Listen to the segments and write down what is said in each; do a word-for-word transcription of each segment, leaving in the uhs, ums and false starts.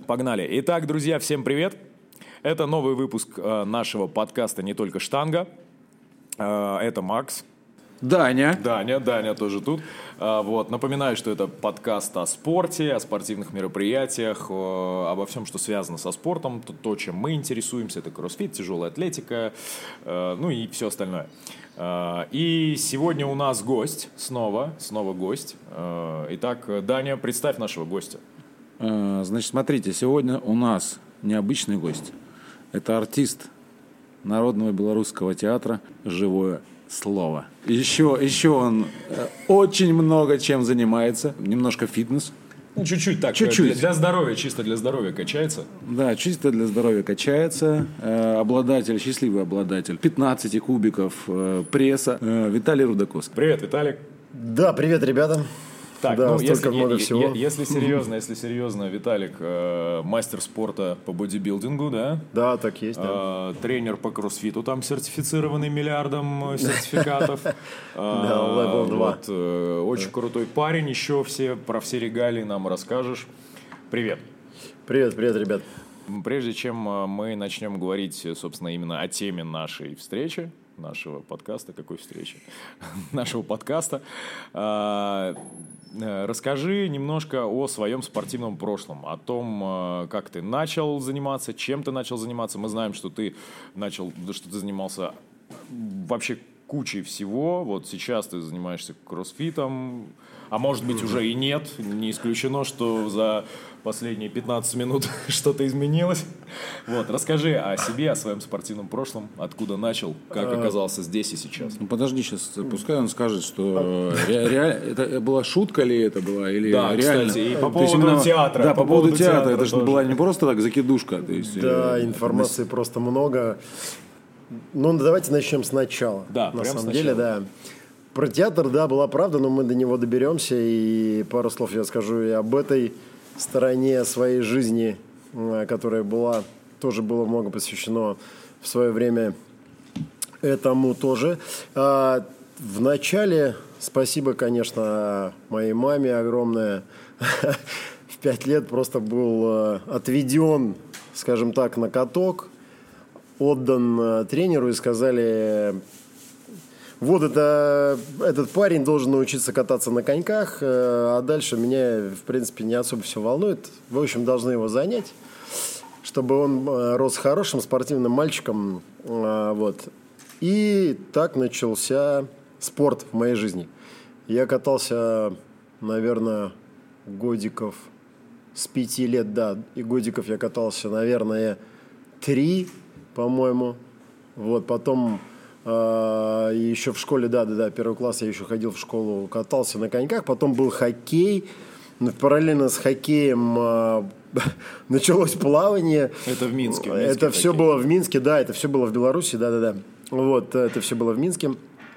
погнали. Итак, друзья, всем привет. Это новый выпуск э, нашего подкаста «Не только штанга». Э, это Макс. Даня. Даня, Даня тоже тут. Э, вот. Напоминаю, что это подкаст о спорте, о спортивных мероприятиях, э, обо всем, что связано со спортом. То, то, чем мы интересуемся, это кроссфит, тяжелая атлетика, э, ну и все остальное. Э, и сегодня у нас гость, снова, снова гость. Э, итак, Даня, представь нашего гостя. Э, значит, смотрите, сегодня у нас необычный гость. Это артист Народного белорусского театра «Живое слово». Еще, еще он э, очень много чем занимается. Немножко фитнес. Ну, чуть-чуть так, чуть-чуть. Для, для здоровья, чисто для здоровья качается. Да, чисто для здоровья качается. Э, обладатель, счастливый обладатель пятнадцати кубиков э, пресса э, Виталий Рудаковский. Привет, Виталик. Да, привет, ребята. Так, да, ну, если, много е- всего. е- если серьезно, если серьезно, Виталик э, мастер спорта по бодибилдингу, да? Да, так есть, да. Э, тренер по кроссфиту, там сертифицированный миллиардом сертификатов. Да, левел два. Очень крутой парень, еще все про все регалии нам расскажешь. Привет. Привет, привет, ребят. Прежде чем мы начнем говорить, собственно, именно о теме нашей встречи, нашего подкаста, какой встречи? нашего подкаста, расскажи немножко о своем спортивном прошлом, о том, как ты начал заниматься, чем ты начал заниматься. Мы знаем, что ты начал, что ты занимался вообще кучей всего. Вот сейчас ты занимаешься кроссфитом, а может быть уже и нет. Не исключено, что за последние пятнадцать минут что-то изменилось. Вот, расскажи о себе, о своем спортивном прошлом, откуда начал, как оказался здесь и сейчас. Ну подожди, сейчас пускай он скажет, что ре- ре- это была шутка ли это была или Да, реально. кстати, и по То есть поводу именно- театра. Да, по, поводу театра, это же тоже. была не просто так закидушка. То есть, Да, э, информации просто много. Ну, давайте начнем сначала. Да, на прям самом сначала. деле, да. Про театр, да, была правда, но мы до него доберемся. И пару слов я скажу и об этой стороне своей жизни, э, которая была, тоже было много посвящено в свое время этому тоже. А, в начале, спасибо, конечно, моей маме огромное. В пять лет просто был э, отведен, скажем так, на каток, отдан э, тренеру и сказали: вот это, этот парень должен научиться кататься на коньках, э, а дальше меня, в принципе, не особо все волнует. В общем, должны его занять, чтобы он э, рос хорошим спортивным мальчиком. Э, вот. И так начался спорт в моей жизни. Я катался, наверное, годиков с пяти лет, да, и годиков я катался, наверное, три, по-моему. Вот, потом э, еще в школе, да-да-да, первый класс я еще ходил в школу, катался на коньках. Потом был хоккей. Параллельно с хоккеем э, началось плавание. Это в Минске. В Минске это хоккей. все было в Минске, да, это все было в Беларуси, да-да-да. Вот, это все было в Минске.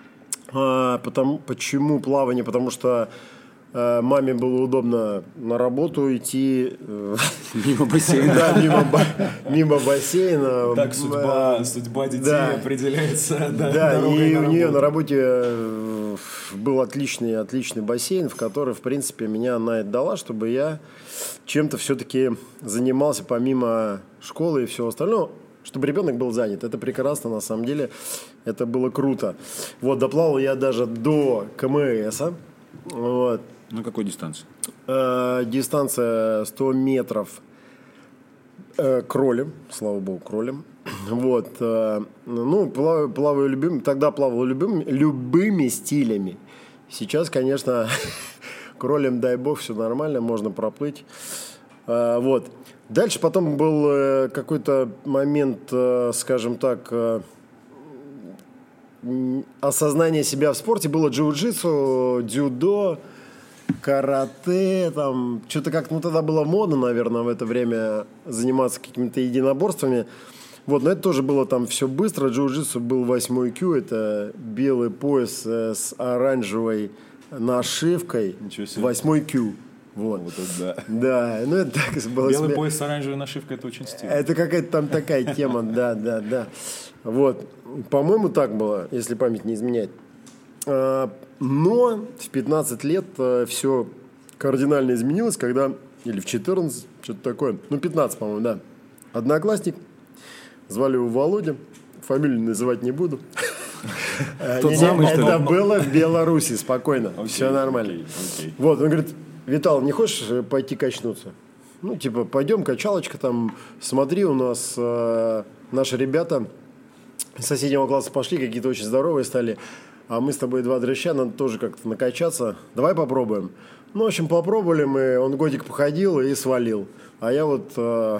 А, потому, почему плавание? Потому что э, маме было удобно на работу идти. Э, мимо бассейна. Да, мимо, мимо бассейна. Так судьба, судьба детей да. определяется. Да, Да, дорогой и на у нее работу. на работе э, был отличный, отличный бассейн, в который, в принципе, меня она отдала, чтобы я чем-то все-таки занимался помимо школы и всего остального, чтобы ребенок был занят. Это прекрасно, на самом деле. Это было круто. Вот, доплавал я даже до КМСа. Вот. На какой дистанции? Э, дистанция сто метров э, кролем, слава богу, кролем. Вот, э, ну, плаваю, плаваю любым, тогда плавал любым, любыми стилями. Сейчас, конечно, кролем, дай бог, все нормально, можно проплыть. Э, вот. Дальше потом был э, какой-то момент, э, скажем так, э, осознание себя в спорте. Было джиу-джитсу, дзюдо, карате, там, что-то как, ну, тогда было модно, наверное, в это время заниматься какими-то единоборствами. Вот, но это тоже было там все быстро. Джиу-джитсу был восьмой кью, это белый пояс э, с оранжевой нашивкой. Ничего себе. Восьмой кью. Вот. Вот это да. Да, ну это так было. Белый себе- пояс с оранжевой нашивкой — это очень стильно. Это какая-то там такая тема, да, да, да. Вот, по-моему, так было, если память не изменяет. А, Но в пятнадцать лет все кардинально изменилось, когда, или в четырнадцать, что-то такое. Ну, пятнадцать, по-моему, да. Одноклассник. Звали его Володя. Фамилию называть не буду. Это было в Беларуси, спокойно. Все нормально. Вот, он говорит: Витал, не хочешь пойти качнуться? Ну, типа, пойдем, качалочка там. Смотри, у нас наши ребята из соседнего класса пошли, какие-то очень здоровые стали. А мы с тобой два дрыща, надо тоже как-то накачаться. Давай попробуем. Ну, в общем, попробовали мы. Он годик походил и свалил. А я вот э,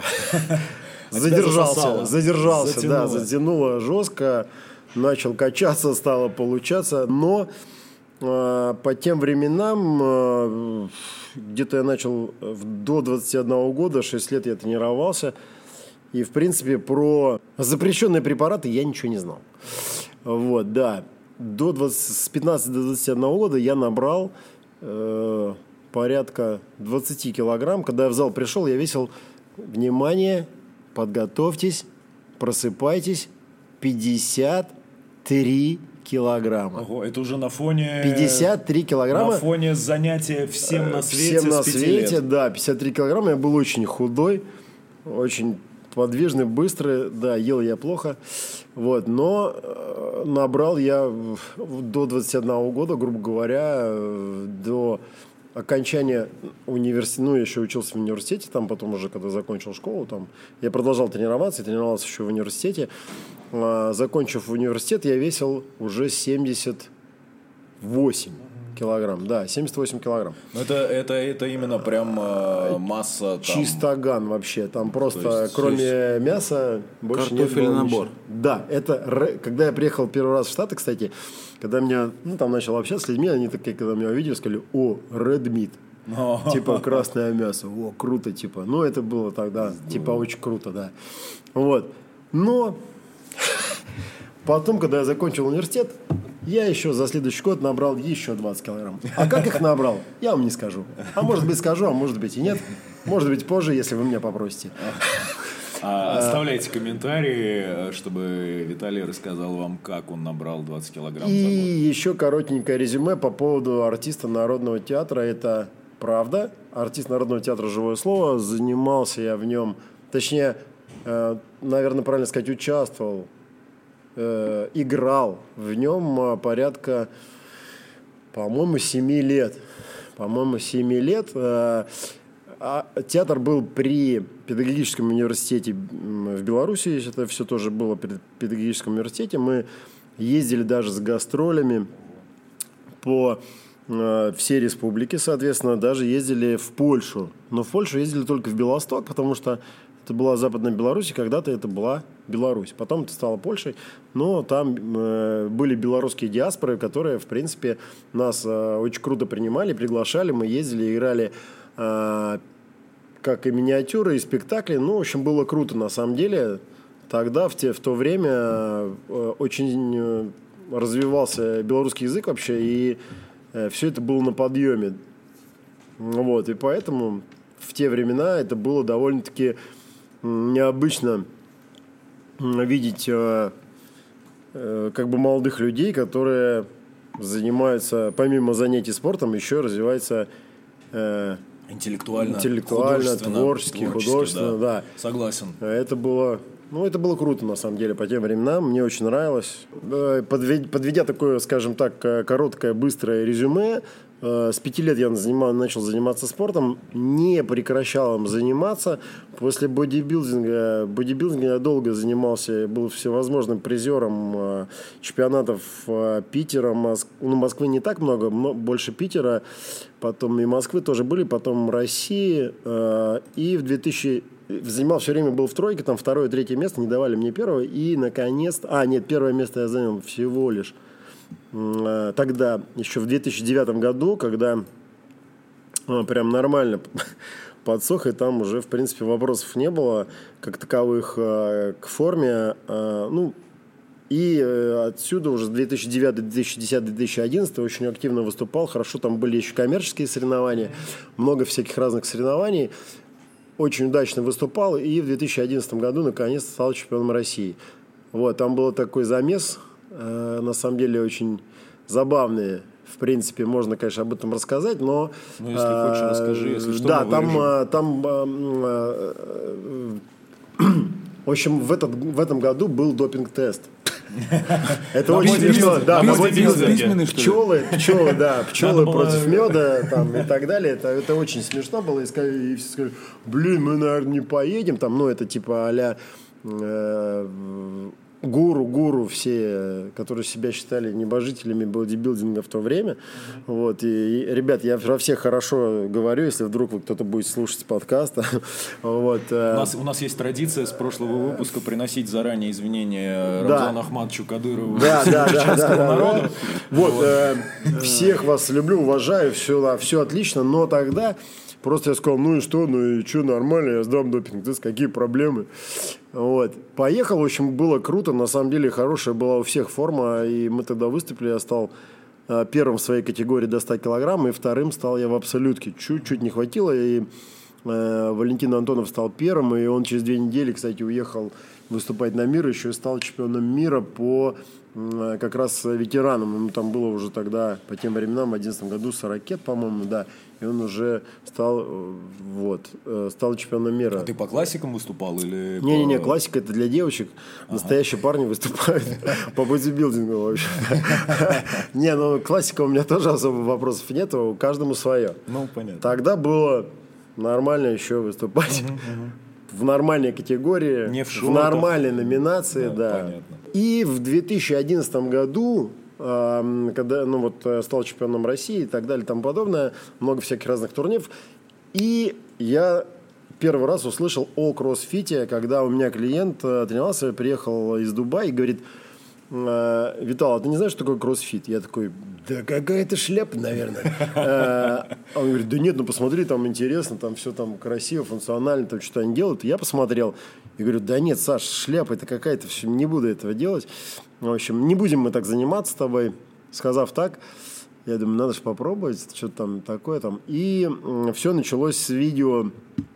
задержался. Задержался, затянуло. да, затянуло жестко. Начал качаться, стало получаться. Но э, по тем временам, э, где-то я начал до двадцати одного года, шесть лет я тренировался. И, в принципе, про запрещенные препараты я ничего не знал. Вот, да. До двадцати, с пятнадцати до двадцати одного года я набрал э, порядка двадцати килограмм. Когда я в зал пришел, я весил, внимание, подготовьтесь, просыпайтесь, пятьдесят три килограмма. Ого, это уже на фоне... пятьдесят три килограмма. На фоне занятия всем на свете Всем на с свете, лет. да, пятьдесят три килограмма. Я был очень худой, очень подвижный, быстрый. Да, ел я плохо. Вот, но э, набрал я до двадцати одного года, грубо говоря, э, до окончания университета. Ну, я еще учился в университете, там потом уже, когда закончил школу, там, я продолжал тренироваться, и тренировался еще в университете. Э, закончив университет, я весил уже семьдесят восемь килограмм, да, семьдесят восемь килограмм. Это, это, это именно прям э, масса там... Чистоган вообще, там просто есть, кроме есть... мяса больше нет. Картофельный набор. Да, это, когда я приехал первый раз в Штаты, кстати, когда меня, ну, там начал общаться с людьми, они такие, когда меня увидели, сказали: о, red meat, типа красное мясо, о, круто, типа, ну, это было тогда, типа, очень круто, да, вот, но потом, когда я закончил университет, я еще за следующий год набрал еще двадцать килограмм. А как их набрал, я вам не скажу. А может быть скажу, а может быть и нет. Может быть позже, если вы меня попросите. А, оставляйте комментарии, чтобы Виталий рассказал вам, как он набрал двадцать килограмм и за год. И еще коротенькое резюме по поводу артиста Народного театра. Это правда. Артист Народного театра «Живое слово». Занимался я в нем, точнее, э, наверное, правильно сказать, участвовал. Играл в нем порядка, по-моему, семи лет. По-моему, семи лет. Театр был при педагогическом университете в Беларуси. Это все тоже было при педагогическом университете. Мы ездили даже с гастролями по всей республике, соответственно, даже ездили в Польшу. Но в Польшу ездили только в Белосток, потому что это была Западная Беларусь, когда-то это была Беларусь. Потом это стало Польшей, но там э, были белорусские диаспоры, которые, в принципе, нас э, очень круто принимали, приглашали. Мы ездили, играли э, как и миниатюры, и спектакли. Ну, в общем, было круто на самом деле. Тогда, в, те, в то время, э, очень э, развивался белорусский язык вообще, и э, все это было на подъеме. Вот, и поэтому в те времена это было довольно-таки необычно видеть э, э, как бы молодых людей, которые занимаются, помимо занятий спортом, еще развиваются э, интеллектуально, интеллектуально творчески, художественно, да. да. Согласен. Это было, ну, это было круто, на самом деле, по тем временам. Мне очень нравилось. Подведя, подведя такое, скажем так, короткое, быстрое резюме, с пяти лет я занимал, начал заниматься спортом, не прекращал им заниматься. После бодибилдинга, бодибилдинга я долго занимался, был всевозможным призером чемпионатов Питера, Моск... ну, Москвы не так много, но больше Питера, потом и Москвы тоже были, потом России. И в две тысячи занимал все время, был в тройке, там второе, третье место, не давали мне первого. И, наконец-то... А, нет, первое место я занял всего лишь тогда, еще в две тысячи девятом году, когда прям нормально подсох, и там уже, в принципе, вопросов не было как таковых к форме. Ну, и отсюда уже с две тысячи девятого, две тысячи десятого, две тысячи одиннадцатого очень активно выступал. Хорошо, там были еще коммерческие соревнования, много всяких разных соревнований. Очень удачно выступал, и в две тысячи одиннадцатом году наконец-то стал чемпионом России. Вот, там был такой замес, э, на самом деле очень забавный. в принципе, можно, конечно, об этом рассказать, но... Ну, если а, хочешь, расскажи, если что, да, там, а, там а, а, в общем, в, этот, в этом году был допинг-тест. Это очень смешно. Да, пчелы, пчелы, да, пчелы против меда там, и так далее. Это, это очень смешно было. И, сказали, и все сказали, блин, мы, наверное, не поедем. Там, ну, это типа а-ля э, гуру, гуру все, которые себя считали небожителями бодибилдинга в то время. Вот. И, и, ребят, я про всех хорошо говорю, если вдруг вы кто-то будет слушать подкаст. Вот. У нас, у нас есть традиция с прошлого выпуска приносить заранее извинения да. Рамзану Ахматовичу Кадырову. Да, да, да, да, народу. Да. Вот. вот. Э, всех вас люблю, уважаю, все, да, все отлично, но тогда просто я сказал, ну и что, ну и что, нормально, я сдам допинг-тест, какие проблемы. Вот. Поехал, в общем, было круто, на самом деле хорошая была у всех форма, и мы тогда выступили, я стал э, первым в своей категории до ста килограмм, и вторым стал я в абсолютке, чуть-чуть не хватило, и э, Валентин Антонов стал первым, и он через две недели, кстати, уехал выступать на мир, еще и стал чемпионом мира по э, как раз ветеранам, ему там было уже тогда, по тем временам, в две тысячи одиннадцатом году сорок лет, по-моему, да, и он уже стал, вот, стал чемпионом мира. А ты по классикам выступал или? Не-не-не, по... классика это для девочек. Ага. Настоящие парни выступают по бодибилдингу вообще. Не, ну классика у меня тоже особо вопросов нету, каждому свое. Ну, понятно. Тогда было нормально еще выступать в нормальной категории, не в, в нормальной номинации, да. И в две тысячи одиннадцатом году, когда, ну вот, стал чемпионом России и так далее и тому подобное, много всяких разных турниров. И я первый раз услышал о кроссфите, когда у меня клиент тренировался, приехал из Дубая и говорит: Витал, а ты не знаешь, что такое кроссфит? Я такой, да какая-то шляпа, наверное. Он говорит, да нет, ну посмотри, там интересно, там все там красиво, функционально, там что-то они делают. Я посмотрел и говорю, да нет, Саш, шляпа это какая-то, все, не буду этого делать. В общем, не будем мы так заниматься с тобой. Сказав так, я думаю, надо же попробовать, что-то там такое там. И все началось с видео.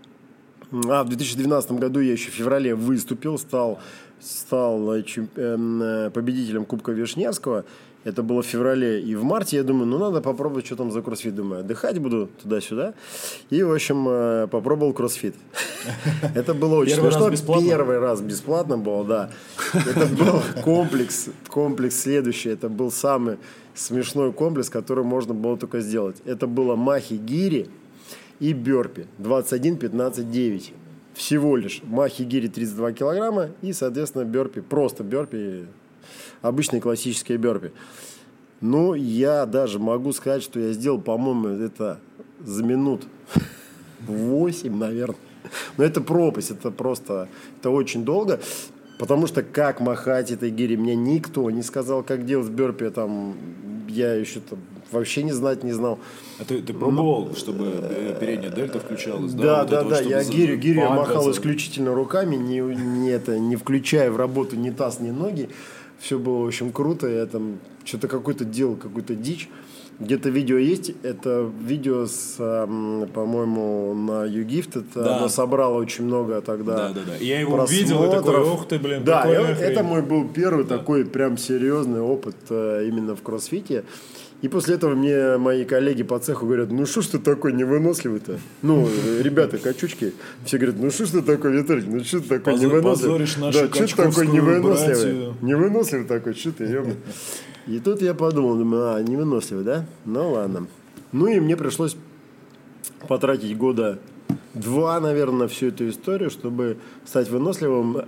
А, в две тысячи двенадцатом году я еще в феврале выступил, стал, стал победителем Кубка Вишневского. Это было в феврале. И в марте я думаю, ну надо попробовать, что там за кроссфит. Думаю, отдыхать буду туда-сюда. И, в общем, попробовал кроссфит. Это было очень смешно. Первый раз бесплатно было, да. Это был комплекс, комплекс следующий. Это был самый смешной комплекс, который можно было только сделать. Это было махи-гири и бёрпи. двадцать один, пятнадцать, девять. Всего лишь махи-гири тридцать два килограмма и, соответственно, бёрпи. Просто бёрпи. Обычные классические бёрпи. Ну, я даже могу сказать, что я сделал, по-моему, это за минут восемь, наверное. Но это пропасть, это просто, это очень долго. Потому что как махать этой гири, мне никто не сказал, как делать бёрпи. Там, я еще там вообще не знать не знал. А ты, ты пробовал, чтобы передняя дельта включалась? Да, да, да. Вот да. Я гирю, гирю я махал исключительно руками, не, не, это, не включая в работу ни таз, ни ноги. Все было, в общем, круто. Я там что-то какой-то делал, какую-то дичь. Где-то видео есть. Это видео, с, по-моему, на YouGift. Это да. Оно собрало очень много тогда. Да, да, да. Я его увидел и такой, ух ты, блин. Да, я, это мой был первый да. такой прям серьезный опыт именно в кроссфите. И после этого мне мои коллеги по цеху говорят, ну что ж ты такой невыносливый-то? Ну, ребята, качучки, все говорят, ну что ж ты такой, Виталик, ну что ты такой Позор, невыносливый? Да, что ты такой невыносливый? Братью. Невыносливый такой, что ты, ё-моё. И тут я подумал, думаю, а, невыносливый, да? Ну ладно. Ну и мне пришлось потратить года два, наверное, на всю эту историю, чтобы стать выносливым.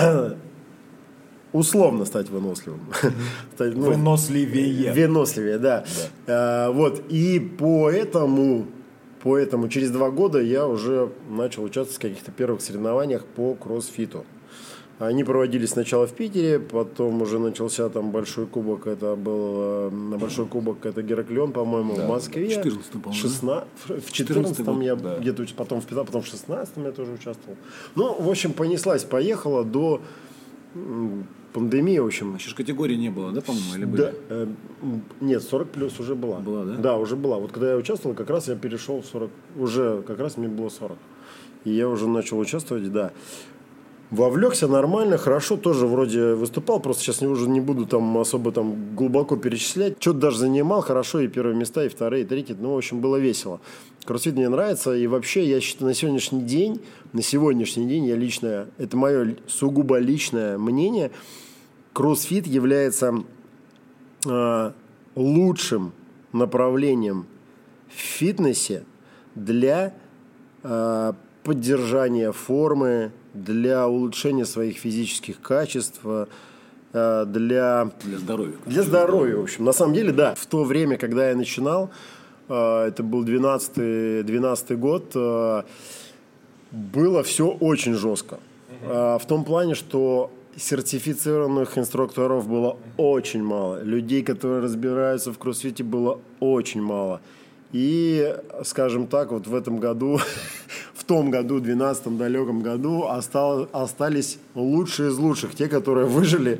Условно стать выносливым. Mm-hmm. ну, Выносливее. Выносливее, да. да. А, вот. И поэтому, поэтому через два года я уже начал участвовать в каких-то первых соревнованиях по кроссфиту. Они проводились сначала в Питере, потом уже начался там большой кубок, это был большой кубок, это Гераклион, по-моему, да. в Москве. В четырнадцатом, по-моему. шестнадцатом, в четырнадцатом я да. где-то потом в пятнадцатом, потом в шестнадцатом я тоже участвовал. Ну, в общем, понеслась, поехала до пандемии, в общем. Еще ж категории не было, да, по-моему, или были? Да, э, нет, сорок плюс уже была. Была, да? Да, уже была. Вот когда я участвовал, как раз я перешел в сорок, уже как раз мне было сорок. И я уже начал участвовать, да. Вовлекся нормально, хорошо, тоже вроде выступал, просто сейчас уже не буду там особо там глубоко перечислять. Что-то даже занимал хорошо, и первые места, и вторые, и третьи, ну, в общем, было весело. Кроссфит мне нравится, и вообще, я считаю, на сегодняшний день, на сегодняшний день, я лично, это мое сугубо личное мнение, кроссфит является э, лучшим направлением в фитнесе для э, поддержания формы, для улучшения своих физических качеств, э, для... Для здоровья. Для здоровья, в общем. На самом деле, да. В то время, когда я начинал, э, это был двенадцатый, двенадцатый год, э, было все очень жестко. Э, в том плане, что сертифицированных инструкторов было очень мало. Людей, которые разбираются в кроссфите, было очень мало. И, скажем так, вот в этом году, в том году, двенадцатом далеком году, остал, остались лучшие из лучших, те, которые выжили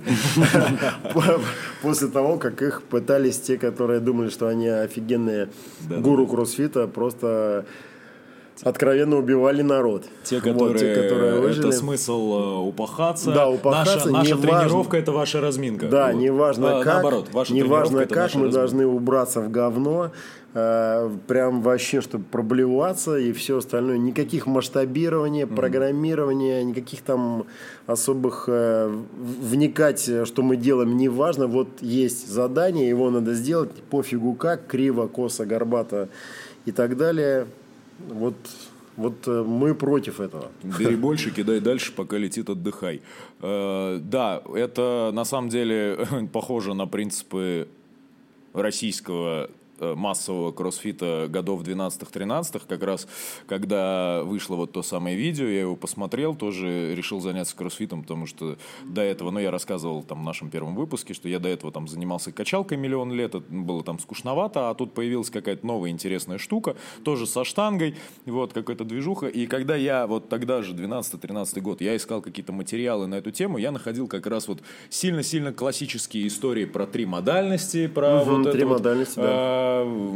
после того, как их пытались те, которые думали, что они офигенные гуру кроссфита, просто откровенно убивали народ. Те, которые, вот, те, которые выжили. Это смысл э, упахаться. Да, упахаться. Наша, наша тренировка важно, – это ваша разминка. Да, вот. неважно а, как, наоборот, ваша неважно как мы разминка. должны убраться в говно, э, прям вообще, чтобы проблеваться и все остальное. Никаких масштабирования, mm-hmm. программирования, никаких там особых э, вникать, что мы делаем, неважно. Вот есть задание, его надо сделать, пофигу как, криво, косо, горбато и так далее. Вот, вот мы против этого. Бери больше, кидай дальше, пока летит, отдыхай. Э, да, это на самом деле похоже на принципы российского массового кроссфита годов двенадцатых-тринадцатых, как раз когда вышло вот то самое видео, я его посмотрел, тоже решил заняться кроссфитом, потому что до этого, ну, я рассказывал там в нашем первом выпуске, что я до этого там занимался качалкой миллион лет, это было там скучновато, а тут появилась какая-то новая интересная штука, тоже со штангой, вот, какая-то движуха, и когда я вот тогда же, двенадцатый-тринадцатый год, я искал какие-то материалы на эту тему, я находил как раз вот сильно-сильно классические истории про три модальности, про угу, вот три это модальности, вот, да.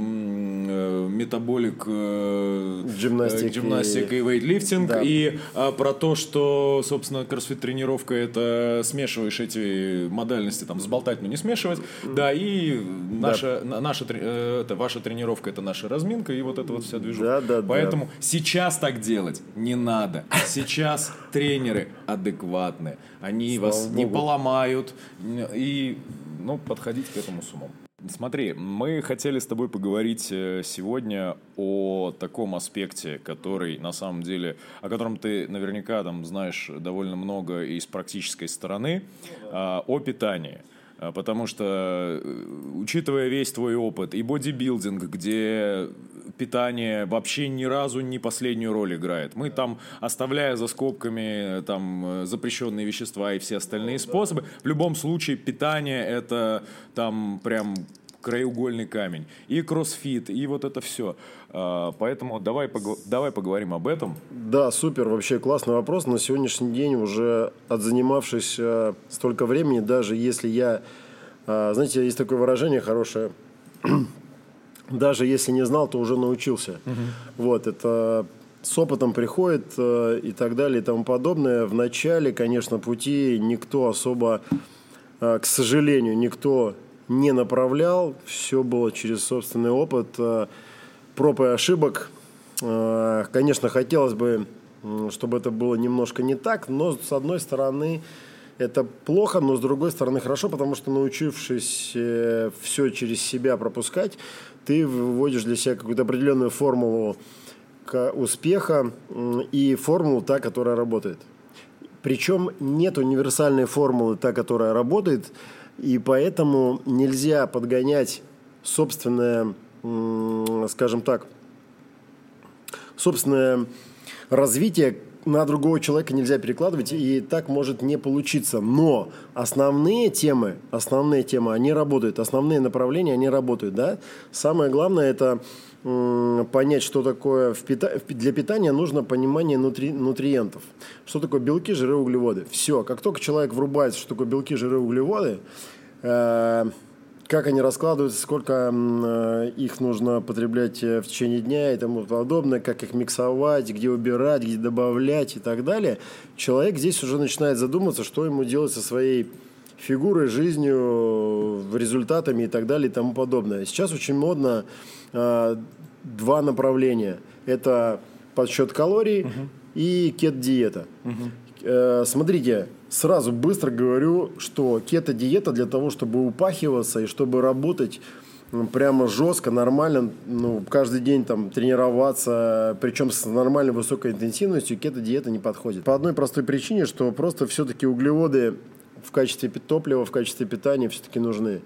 метаболик, гимнастик, гимнастик и, и вейтлифтинг, да. и а, про то, что, собственно, кроссфит-тренировка – это смешиваешь эти модальности, там, сболтать, но не смешивать, mm. да, и да. наша, наша, это, ваша тренировка – это наша разминка, и вот эта вот вся движуха. Да, да, Поэтому да. сейчас так делать не надо. Сейчас тренеры адекватные, они Слава вас Богу. Не поломают, и, ну, подходите к этому с умом. Смотри, мы хотели с тобой поговорить сегодня о таком аспекте, который на самом деле, о котором ты наверняка там знаешь довольно много и с практической стороны, о питании. Потому что, учитывая весь твой опыт и бодибилдинг, где питание вообще ни разу не последнюю роль играет. Мы там, оставляя за скобками там, запрещенные вещества и все остальные способы, в любом случае питание – это там прям краеугольный камень. И кроссфит, и вот это все. Поэтому давай, погу- давай поговорим об этом. Да, супер, вообще классный вопрос. На сегодняшний день, уже отзанимавшись столько времени, даже если я... Знаете, есть такое выражение хорошее. Даже если не знал, то уже научился. Угу. Вот, это с опытом приходит э, и так далее и тому подобное. В начале, конечно, пути никто особо, э, к сожалению, никто не направлял. Все было через собственный опыт, э, проб и ошибок. Э, конечно, хотелось бы, чтобы это было немножко не так, но с одной стороны... Это плохо, но с другой стороны хорошо, потому что, научившись э, все через себя пропускать, ты выводишь для себя какую-то определенную формулу успеха э, и формулу та, которая работает. Причем нет универсальной формулы та, которая работает, и поэтому нельзя подгонять собственное, э, скажем так, собственное развитие на другого человека нельзя перекладывать, и так может не получиться. Но основные темы, основные темы, они работают, основные направления, они работают, да. Самое главное – это м- понять, что такое в пита- для питания нужно понимание нутри- нутриентов. Что такое белки, жиры, углеводы. Все, как только человек врубается, что такое белки, жиры, углеводы, э- как они раскладываются, сколько э, их нужно потреблять в течение дня и тому подобное, как их миксовать, где убирать, где добавлять и так далее, человек здесь уже начинает задумываться, что ему делать со своей фигурой, жизнью, результатами и так далее и тому подобное. Сейчас очень модно э, два направления. Это подсчет калорий uh-huh. и кето-диета. Uh-huh. Э, смотрите, сразу быстро говорю, что кето-диета для того, чтобы упахиваться и чтобы работать прямо жестко, нормально, ну, каждый день там тренироваться, причем с нормальной высокой интенсивностью, кето-диета не подходит. По одной простой причине, что просто все-таки углеводы в качестве топлива, в качестве питания все-таки нужны.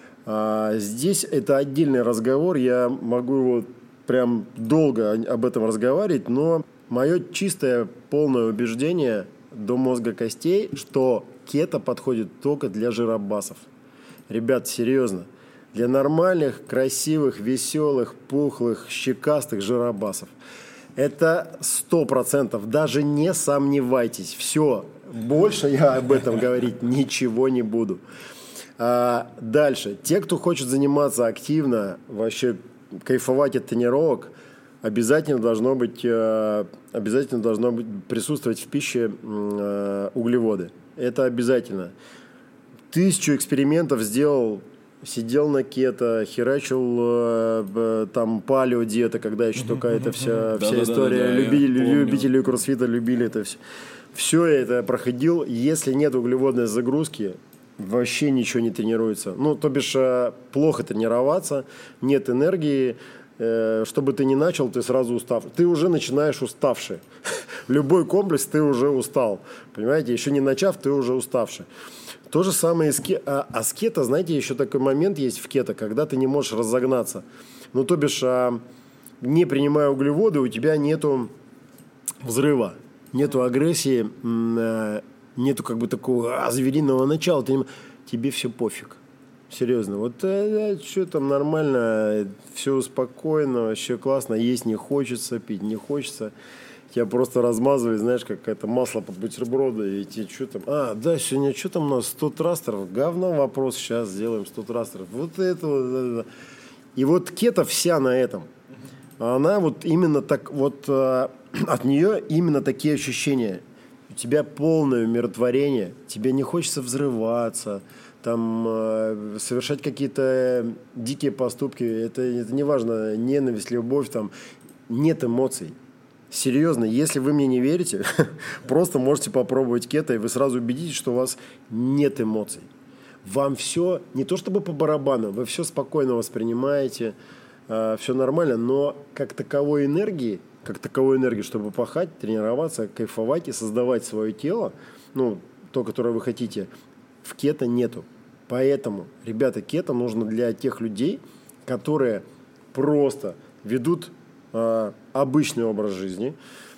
А здесь это отдельный разговор, я могу его прям долго об этом разговаривать, но мое чистое, полное убеждение до мозга костей, что кето подходит только для жиробасов. Ребят, серьезно, для нормальных, красивых, веселых, пухлых, щекастых жиробасов. Это сто процентов, даже не сомневайтесь, все. Больше я об этом говорить ничего не буду. А дальше. Те, кто хочет заниматься активно, вообще кайфовать от тренировок, обязательно должно быть, обязательно должно быть присутствовать в пище углеводы. Это обязательно. Тысячу экспериментов сделал, сидел на кето, херачил там палео-диета, когда еще только эта вся, вся история. Любители кроссфита любили это все. Все это проходил. Если нет углеводной загрузки, вообще ничего не тренируется. Ну, то бишь, плохо тренироваться, нет энергии. Что бы ты ни начал, ты сразу устав. Ты уже начинаешь уставший. Любой комплекс ты уже устал. Понимаете, еще не начав, ты уже уставший. То же самое и с кето. А, а с кето, знаете, еще такой момент есть в кето, когда ты не можешь разогнаться. Ну, то бишь, не принимая углеводы, у тебя нету взрыва. Нету агрессии, нету как бы такого а, звериного начала. Ты не... Тебе все пофиг. Серьезно. Вот э, что там нормально, все спокойно, вообще классно. Есть не хочется, пить не хочется. Тебя просто размазывает, знаешь, как это масло под бутерброды. И тебе что там? А, да, сегодня что там у нас? сто трастеров. Говно вопрос, сейчас сделаем сто трастеров. Вот это вот. И вот кето вся на этом. Она вот именно так вот... От нее именно такие ощущения. У тебя полное умиротворение, тебе не хочется взрываться, там, э, совершать какие-то дикие поступки. Это, это не важно, ненависть, любовь, там, нет эмоций. Серьезно, если вы мне не верите, просто можете попробовать кето, и вы сразу убедитесь, что у вас нет эмоций. Вам все, не то чтобы по барабану, вы все спокойно воспринимаете, э, все нормально, но как таковой энергии, как таковой энергии, чтобы пахать, тренироваться, кайфовать и создавать свое тело, ну, то, которое вы хотите, в кето нету. Поэтому, ребята, кето нужно для тех людей, которые просто ведут э, обычный образ жизни.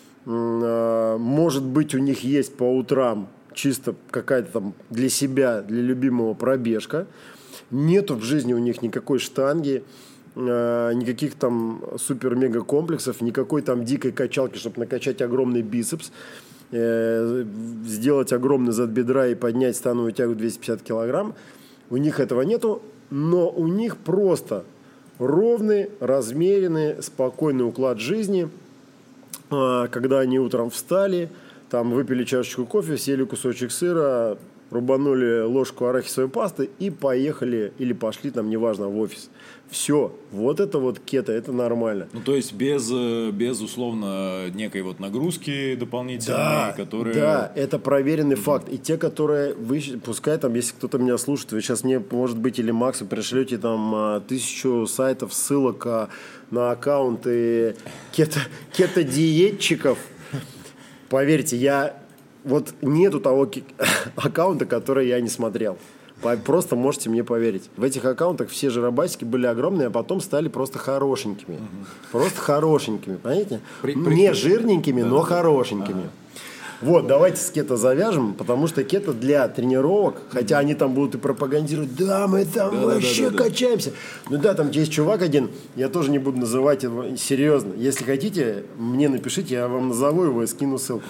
Э, может быть, у них есть по утрам чисто какая-то там для себя, для любимого пробежка. Нету в жизни у них никакой штанги, никаких там супер-мега комплексов, никакой там дикой качалки, чтобы накачать огромный бицепс, э, сделать огромный зад бедра и поднять становую тягу двести пятьдесят килограмм. У них этого нету, но у них просто ровный, размеренный, спокойный уклад жизни. Э, когда они утром встали, там выпили чашечку кофе, съели кусочек сыра, рубанули ложку арахисовой пасты и поехали или пошли, там, неважно, в офис. Все, вот это вот кето, это нормально. Ну, то есть без, без условно, некой вот нагрузки дополнительной, да, которые... Да, это проверенный mm-hmm. факт. И те, которые вы, пускай там, если кто-то меня слушает, вы сейчас мне, может быть, или Максу пришлете там тысячу сайтов, ссылок на аккаунты кето, кето-диетчиков. Поверьте, я... Вот нету того аккаунта, который я не смотрел. Просто можете мне поверить. В этих аккаунтах все жиробасики были огромные, а потом стали просто хорошенькими. Угу. Просто хорошенькими, понимаете? При, при, не жирненькими, да, но да, хорошенькими. Ага. Вот, давайте с кето завяжем, потому что кето для тренировок, хотя они там будут и пропагандировать, да, мы там да, вообще да, да, качаемся. Да. Ну да, там есть чувак один, я тоже не буду называть его, серьезно. Если хотите, мне напишите, я вам назову его и скину ссылку.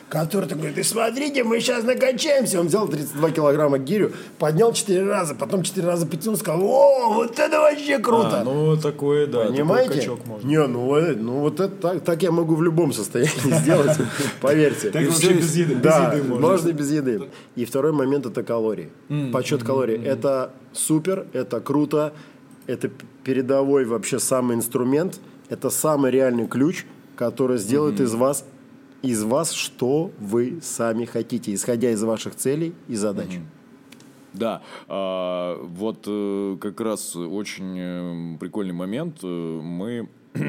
который такой, ты смотрите, мы сейчас накачаемся. Он взял тридцать два килограмма гирю, поднял четыре раза, потом четыре раза потянул, сказал, о, вот это вообще круто. А, ну, такое, да, понимаете? Такой качок можно. Не, ну, ну вот это так, так я могу в любом состоянии сделать, поверьте. Так вообще без еды, без да, еды можно. можно и без еды. И второй момент – это калории. Подсчет калорий. Это супер, это круто, это передовой вообще самый инструмент, это самый реальный ключ, который сделает из вас из вас, что вы сами хотите, исходя из ваших целей и задач. Mm-hmm. Да, а, вот э, как раз очень э, прикольный момент. Мы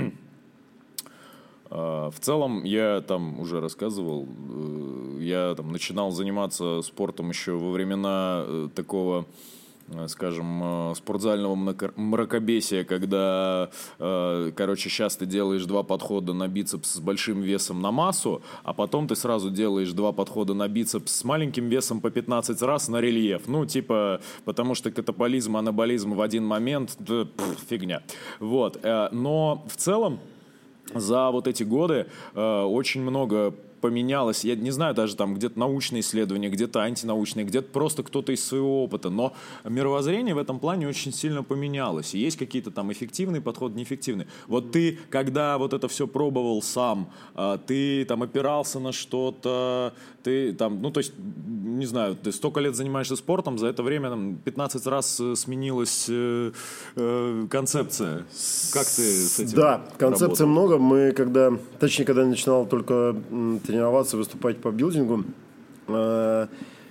в целом, я там уже рассказывал, я там начинал заниматься спортом еще во времена такого, скажем, спортзального мракобесия, когда, короче, сейчас ты делаешь два подхода на бицепс с большим весом на массу, а потом ты сразу делаешь два подхода на бицепс с маленьким весом по пятнадцать раз на рельеф. Ну, типа, потому что катаболизм, анаболизм в один момент, да, пф, фигня. Вот. Но в целом за вот эти годы очень много поменялось. Я не знаю, даже там где-то научные исследования, где-то антинаучные, где-то просто кто-то из своего опыта. Но мировоззрение в этом плане очень сильно поменялось. И есть какие-то там эффективные подходы, неэффективные. Вот ты, когда вот это все пробовал сам, ты там опирался на что-то, ты там, ну, то есть, не знаю, ты столько лет занимаешься спортом, за это время там пятнадцать раз сменилась э, э, концепция. Как ты с этим Да, концепций работал? много. Мы когда, точнее, когда я начинал только тренироваться, выступать по билдингу, э,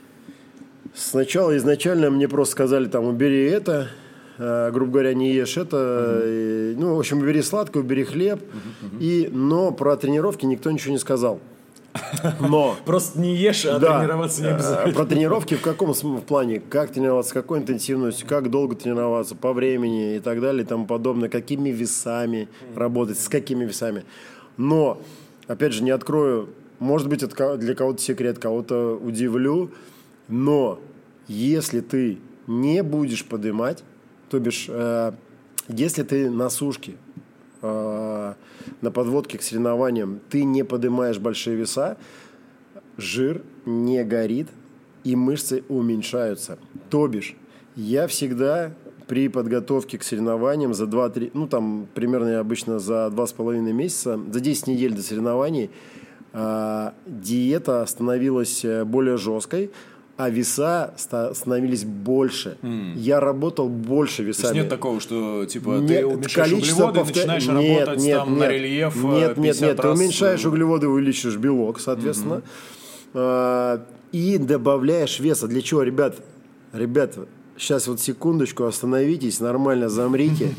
сначала изначально мне просто сказали, там, убери это, э, грубо говоря, не ешь это, uh-huh. и, ну, в общем, убери сладкое, убери хлеб, uh-huh, uh-huh. И, но про тренировки никто ничего не сказал. Но просто не ешь, а да, тренироваться не обязательно. Про тренировки в каком в плане? Как тренироваться, с какой интенсивностью, как долго тренироваться, по времени и так далее и тому подобное, какими весами работать, с какими весами. Но, опять же, не открою, может быть, это для кого-то секрет, кого-то удивлю, но если ты не будешь поднимать, то бишь, э, если ты на сушке, э, на подводке к соревнованиям, ты не поднимаешь большие веса, жир не горит и мышцы уменьшаются. То бишь, я всегда при подготовке к соревнованиям за два-три, ну там примерно обычно за два с половиной месяца, за десять недель до соревнований э, диета становилась более жесткой, а веса становились больше. Mm. Я работал больше весами. То есть нет такого, что типа нет, ты уменьшаешь углеводы, повтор... начинаешь нет, работать нет, там нет, на рельеф Нет, нет, нет. Ты раз... уменьшаешь углеводы, увеличиваешь белок, соответственно. Mm-hmm. И добавляешь веса. Для чего, ребят? Ребята, сейчас вот секундочку остановитесь, нормально замрите,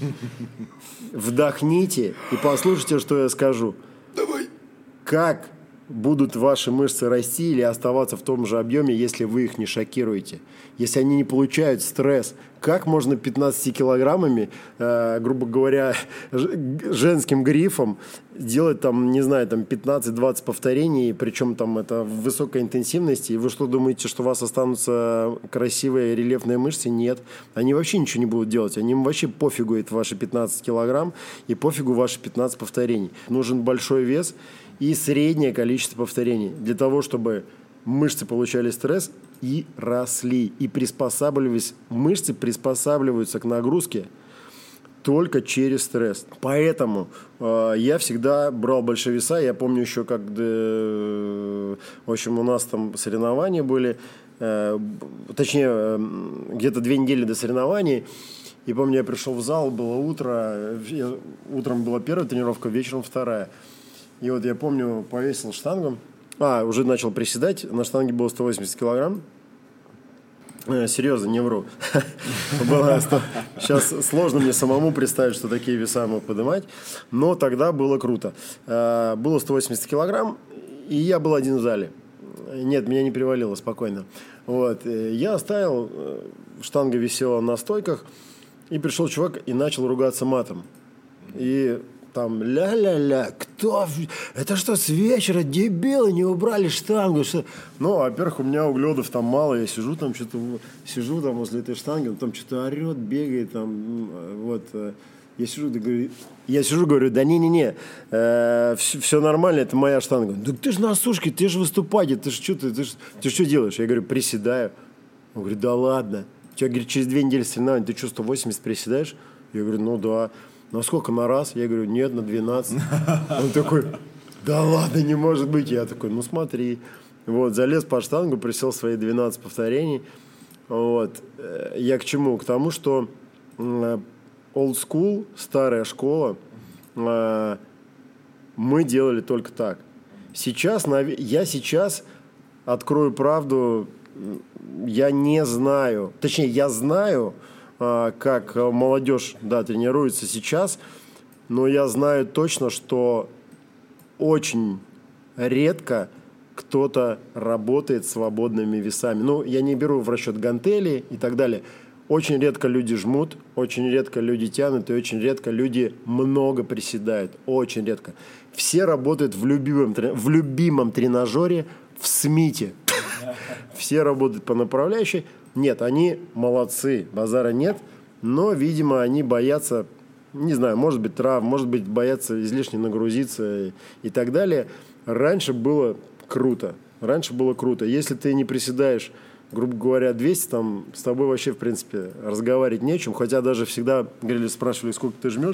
вдохните и послушайте, что я скажу. Давай. Как будут ваши мышцы расти или оставаться в том же объеме, если вы их не шокируете, если они не получают стресс? Как можно пятнадцатью килограммами, э, грубо говоря, женским грифом делать там, не знаю, там пятнадцать-двадцать повторений, причем там это в высокой интенсивности, и вы что, думаете, что у вас останутся красивые рельефные мышцы? Нет. Они вообще ничего не будут делать, они им вообще пофигу это ваши пятнадцать килограмм и пофигу ваши пятнадцать повторений. Нужен большой вес и среднее количество повторений для того, чтобы мышцы получали стресс и росли, и приспосабливались. Мышцы приспосабливаются к нагрузке только через стресс. Поэтому э, я всегда брал большие веса. Я помню еще, когда, э, в общем, у нас там соревнования были, э, точнее, э, где-то две недели до соревнований. И помню, я пришел в зал, было утро, я, утром была первая тренировка, вечером вторая. И вот я помню, повесил штангу. А, уже начал приседать. На штанге было сто восемьдесят килограмм. Э, серьезно, не вру. Сейчас сложно мне самому представить, что такие веса мог поднимать. Но тогда было круто. Было сто восемьдесят килограмм, и я был один в зале. Нет, меня не привалило, спокойно. Вот. Я оставил, штанга висела на стойках, и пришел чувак и начал ругаться матом. И там ля-ля-ля, кто? Это что, с вечера дебилы не убрали штангу? Что? Ну, во-первых, у меня углеводов там мало, я сижу там что-то, сижу там возле этой штанги, он там что-то орет, бегает там, вот. Я сижу, да, говорю, я сижу, говорю, да не-не-не, э, все, все нормально, это моя штанга. Да ты же на сушке, ты же выступатель, ты же что, ты, ты, ж- ты что делаешь? Я говорю, приседаю. Он говорит, да ладно. У тебя, говорит, через две недели соревнования, ты что, сто восемьдесят приседаешь? Я говорю, ну да. На сколько, на раз? Я говорю, нет, на двенадцать. Он такой, да ладно, не может быть. Я такой, ну смотри. Вот, залез по штангу, присел свои двенадцать повторений. Вот. Я к чему? К тому, что old school, старая школа, мы делали только так. Сейчас, я сейчас открою правду, я не знаю, точнее, я знаю, как молодежь, да, тренируется сейчас, но я знаю точно, что очень редко кто-то работает свободными весами. Ну, я не беру в расчет гантели и так далее. Очень редко люди жмут, очень редко люди тянут, и очень редко люди много приседают. Очень редко. Все работают в любимом, в любимом тренажере в СМИТе. Все работают по направляющей. Нет, они молодцы, базара нет, но, видимо, они боятся, не знаю, может быть, травм, может быть, боятся излишне нагрузиться и, и так далее. Раньше было круто. Раньше было круто. Если ты не приседаешь, грубо говоря, двести, там с тобой вообще, в принципе, разговаривать не о чем. Хотя даже всегда говорили, спрашивали, сколько ты жмешь.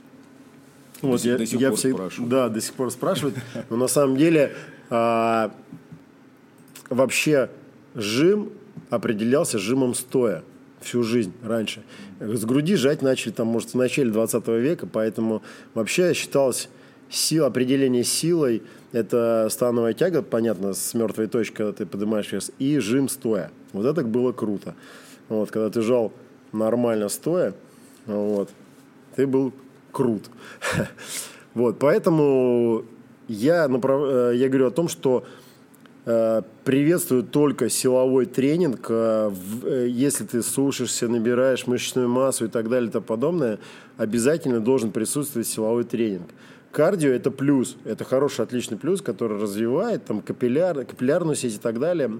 Вот, до, я, до сих я пор всег... спрашивают. Да, до сих пор спрашивают. Но на самом деле а, вообще жим определялся жимом стоя всю жизнь раньше. С груди жать начали, там, может, в начале двадцатого века, поэтому вообще считалось сила, определение силой – это становая тяга, понятно, с мертвой точки, когда ты поднимаешь вес, и жим стоя. Вот это было круто. Вот, когда ты жал нормально стоя, вот, ты был крут. Вот, поэтому я, направ... я говорю о том, что э, приветствую только силовой тренинг. Э, в, э, если ты сушишься, набираешь мышечную массу и так далее и тому подобное, обязательно должен присутствовать силовой тренинг. Кардио – это плюс, это хороший, отличный плюс, который развивает там, капилляр, капиллярную сеть и так далее.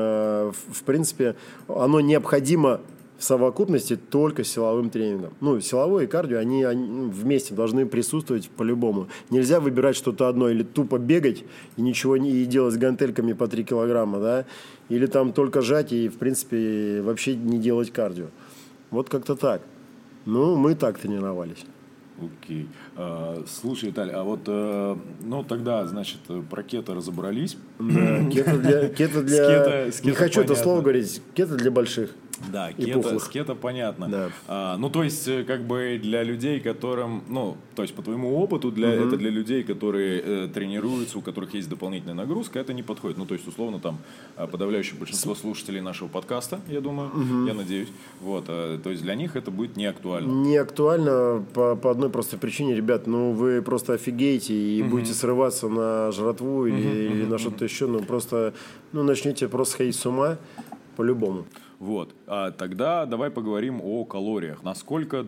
Э, в, в принципе, оно необходимо в совокупности только силовым тренингом. Ну, силовой и кардио, они, они вместе должны присутствовать по-любому. Нельзя выбирать что-то одно, или тупо бегать и ничего не и делать с гантельками по три килограмма, да, или там только жать и, в принципе, вообще не делать кардио. Вот как-то так. Ну, мы так тренировались. Окей. А, слушай, Виталий, а вот, а, ну, тогда, значит, про кето разобрались. Да, кето для... Кето для... С кето- с Не кето хочу понятно. это слово говорить. Кето для больших. Да, И кето, пухлых. с кето понятно. Да. А, ну, то есть, э, как бы для людей, которым, ну, то есть, по твоему опыту, для, это для людей, которые э, тренируются, у которых есть дополнительная нагрузка, это не подходит. Ну, то есть, условно, там, а, подавляющее большинство слушателей нашего подкаста, я думаю, я надеюсь. Вот, а, то есть, для них это будет не актуально. Не актуально по, по одной простой причине, ребят. Ну, вы просто офигеете и будете срываться на жратву или, или на что-то еще. Ну, просто, ну, начнете просто сходить с ума по-любому. Вот. А тогда давай поговорим о калориях. Насколько,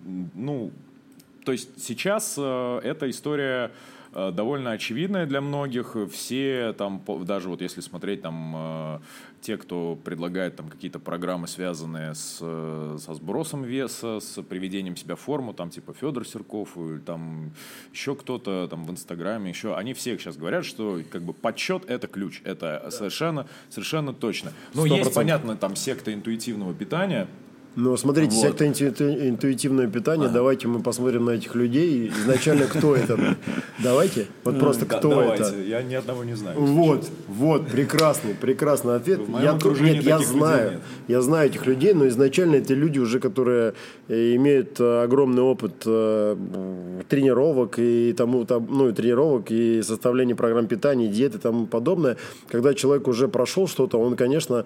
ну, то есть сейчас э, эта история э, довольно очевидная для многих. Все там, по- даже вот если смотреть там э, те, кто предлагает там какие-то программы, связанные с, э, со сбросом веса, с приведением себя в форму, там типа Федор Серков, или там еще кто-то там в Инстаграме, еще, они все сейчас говорят, что как бы подсчет – это ключ, это совершенно, совершенно точно. Ну, Сто есть, процентов. понятно, там секта интуитивного питания. Ну, смотрите, Вот. секта инту- интуитивное питание, давайте мы посмотрим на этих людей. Изначально, кто это? Давайте. Вот просто Да, кто давайте. это? Я ни одного не знаю. если Вот, честно. вот, прекрасный, прекрасный ответ. В моем Я, окружении нет, я таких людей знаю, нет. я знаю этих людей, но изначально это люди уже, которые э, имеют э, огромный опыт э, тренировок и тому, там, ну, и тренировок и составления программ питания, диеты и тому подобное. Когда человек уже прошел что-то, он, конечно,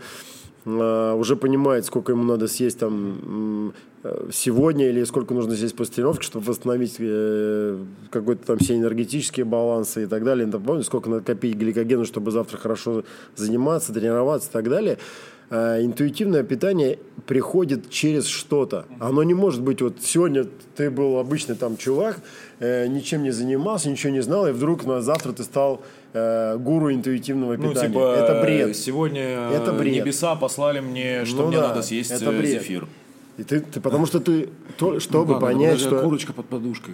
э, уже понимает, сколько ему надо съесть там э, сегодня или сколько нужно съесть после тренировки, чтобы восстановить э, какой-то там все энергетические балансы и так далее. Там, помните, сколько надо копить гликогена, чтобы завтра хорошо заниматься, тренироваться и так далее. Э, интуитивное питание приходит через что-то. Оно не может быть, вот сегодня ты был обычный там чувак, э, ничем не занимался, ничего не знал, и вдруг на завтра ты стал э, гуру интуитивного Ну, питания. типа, Это бред. сегодня Это бред. небеса послали мне, что Ну мне да, надо съесть это э, бред. зефир. И ты, ты, потому что ты, то, чтобы Ну, понять, что... что... Курочка под подушкой.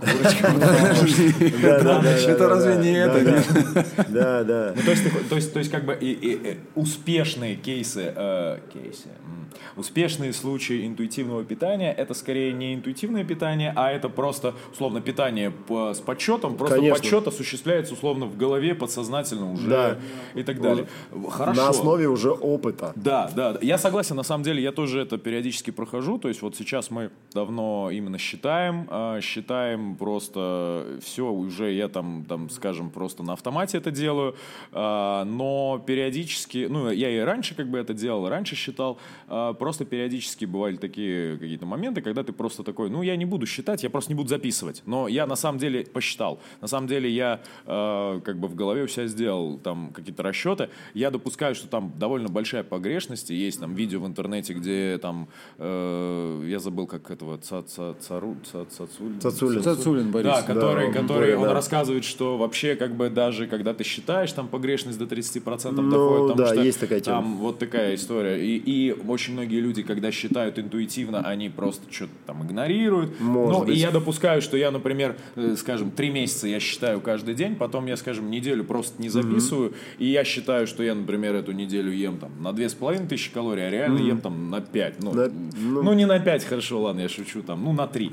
Это разве не это? Да, да. То есть, то есть, как бы успешные кейсы, кейсы, успешные случаи интуитивного питания, это скорее не интуитивное питание, а это просто, условно, питание с подсчетом. Просто Конечно. подсчет осуществляется, условно, в голове, подсознательно уже Да. и так далее. Хорошо. На основе уже опыта. Да, да, я согласен, на самом деле, я тоже это периодически прохожу, то есть вот сейчас мы давно именно считаем, э, считаем просто все, уже я там, там, скажем, просто на автомате это делаю, э, но периодически, ну, я и раньше как бы это делал, раньше считал, э, просто периодически бывали такие какие-то моменты, когда ты просто такой, ну, я не буду считать, я просто не буду записывать, но я на самом деле посчитал, на самом деле я э, как бы в голове у себя сделал там какие-то расчеты, я допускаю, что там довольно большая погрешность, есть там видео в интернете, где там, э, я забыл, как этого, ца, ца, цару, ца, цацулин, Цацулин. Цацулин Борис. да, который, Да, который Боря, он да. рассказывает, что вообще как бы даже когда ты считаешь, там погрешность до тридцать процентов Ну, доходит, потому да, что есть такая тема. там вот такая история. И, и очень многие люди, когда считают интуитивно, они просто что-то там игнорируют. Может Ну, быть. и я допускаю, что я, например, э, скажем, три месяца я считаю каждый день, потом я, скажем, неделю просто не записываю, mm-hmm. и я считаю, что я, например, эту неделю ем там на две с половиной тысячи калорий, а реально mm-hmm. ем там на пять. Ну, На- ну, ну, не на пять, хорошо, ладно, я шучу, там, ну, на три.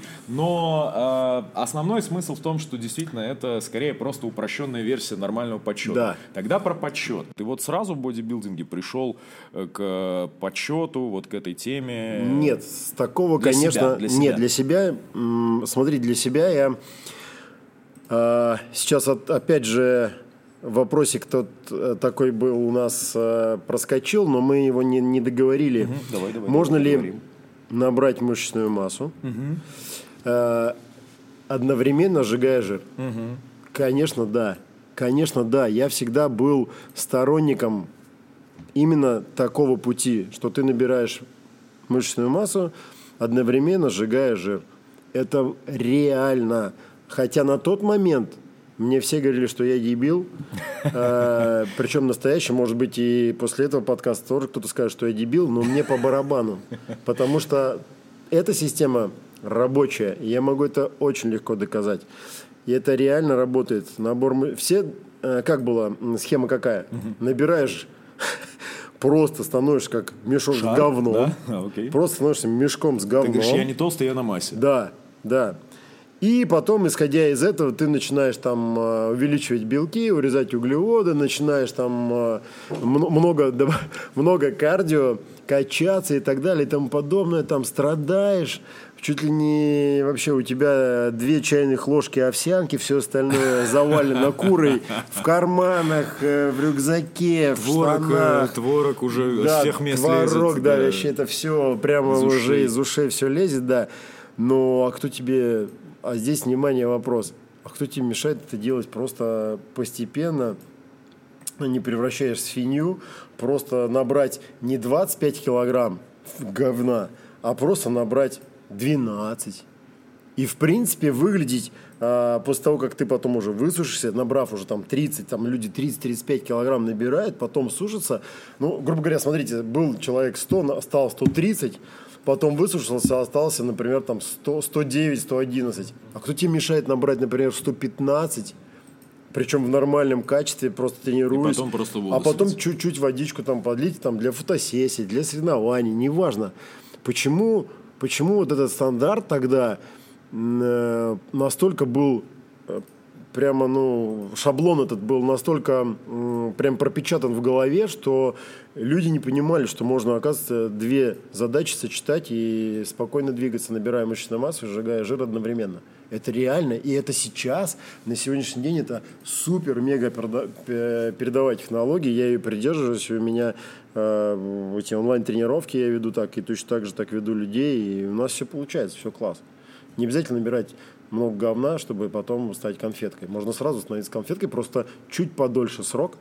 Но э, основной смысл в том, что действительно это скорее просто упрощенная версия нормального подсчета. Да. Тогда про подсчет. Ты вот сразу в бодибилдинге пришел э, к подсчету, вот к этой теме? Нет, с такого, Для конечно... себя, для себя. Нет, для себя... м, Смотри, для себя я... э, сейчас от- опять же вопросик тот э, такой был у нас, э, проскочил, но мы его не, не договорили. Мгм, давай, давай, Можно давай, ли договорим. набрать мышечную массу, э, одновременно сжигая жир? Конечно, да. Конечно, да. Я всегда был сторонником именно такого пути, что ты набираешь мышечную массу, одновременно сжигая жир. Это реально. Хотя на тот момент мне все говорили, что я дебил. Э, Причем настоящий, может быть, и после этого подкаста тоже кто-то скажет, что я дебил, но мне по барабану. Потому что эта система рабочая, и я могу это очень легко доказать. И это реально работает. Набор мы... Все, э, как было, м, схема какая? Набираешь, просто становишься как мешок Шар, с говном. да? А, окей. Просто становишься мешком с Ты говном. говоришь, я не толстый, я на массе. Да, да. И потом, исходя из этого, ты начинаешь там э, увеличивать белки, урезать углеводы, начинаешь там э, м- много, да, много кардио, качаться и так далее и тому подобное, там страдаешь, чуть ли не вообще у тебя две чайных ложки овсянки, все остальное завалено курой в карманах, э, в рюкзаке, в Творог, э, штанах. творог уже Да, с всех мест творог, лезет. да, вообще это все прямо Из уже ушей. из ушей все лезет, да. Ну, а кто тебе... А здесь, внимание, вопрос. А кто тебе мешает это делать просто постепенно, не превращаясь в свинью, просто набрать не двадцать пять килограмм говна, а просто набрать двенадцать. И, в принципе, выглядеть а, после того, как ты потом уже высушишься, набрав уже там тридцать, там люди тридцать-тридцать пять килограмм набирают, потом сушатся. Ну, грубо говоря, смотрите, был человек сто, стал сто тридцать, потом высушился, остался, например, там сто, сто девять, сто одиннадцать. А кто тебе мешает набрать, например, сто пятнадцать? Причем в нормальном качестве, просто тренируясь. И потом просто а волосы потом эти. чуть-чуть водичку там подлить там, для фотосессий, для соревнований, неважно. Почему, почему вот этот стандарт тогда э, настолько был, э, прямо, ну, шаблон этот был настолько э, прям пропечатан в голове, что люди не понимали, что можно, оказывается, две задачи сочетать и спокойно двигаться, набирая мышечную массу и сжигая жир одновременно. Это реально, и это сейчас, на сегодняшний день, это супер-мега передовая технология, я ее придерживаюсь, у меня э, эти онлайн-тренировки я веду так, и точно так же так веду людей, и у нас все получается, все класс. Не обязательно набирать много говна, чтобы потом стать конфеткой. Можно сразу становиться конфеткой, просто чуть подольше срок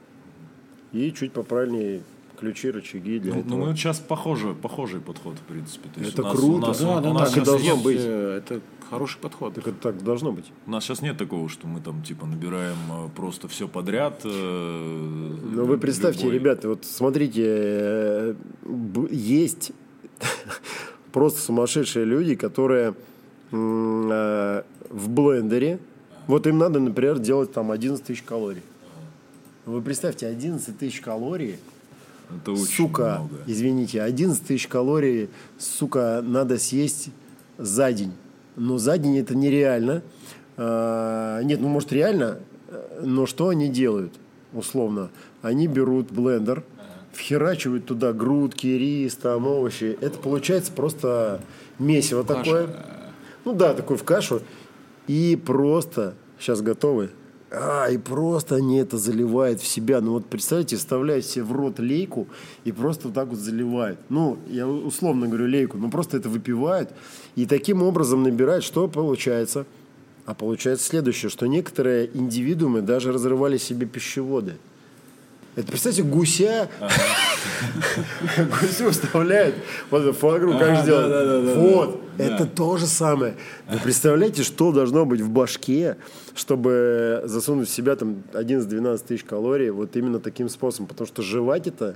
и чуть поправильнее ключи, рычаги для Ну, этого. ну, мы сейчас похожий, похожий подход, в принципе. То есть Это у нас- круто, у нас- да, у да, нас так и сейчас должно нет, быть. Э, Это хороший подход. Так это так должно быть. У нас сейчас нет такого, что мы там типа набираем э, просто все подряд. э, Но вы представьте, любой- ребята, вот смотрите, э, б- есть просто сумасшедшие люди, которые м- э- в блендере, вот им надо, например, делать там одиннадцать тысяч калорий. Вы представьте, одиннадцать тысяч калорий, Это очень сука, много. извините, одиннадцать тысяч калорий, сука, надо съесть за день. Но за день это нереально. А, нет, ну может реально, но что они делают, условно? Они берут блендер, вхерачивают туда грудки, рис, там, овощи. Это получается просто месиво такое. Ну да, такое в кашу. И просто, сейчас готовы, а, и просто они это заливают в себя. Ну вот представьте, вставляют себе в рот лейку и просто вот так вот заливают. Ну, я условно говорю лейку, но просто это выпивают. И таким образом набирают, что получается? А получается следующее, что некоторые индивидуумы даже разрывали себе пищеводы. Это, представьте, гуся, гусю вставляют вот фуагру, как сделать. Вот, это то же самое. Вы представляете, что должно быть в башке, чтобы засунуть в себя там одиннадцать-двенадцать тысяч калорий вот именно таким способом, потому что жевать это,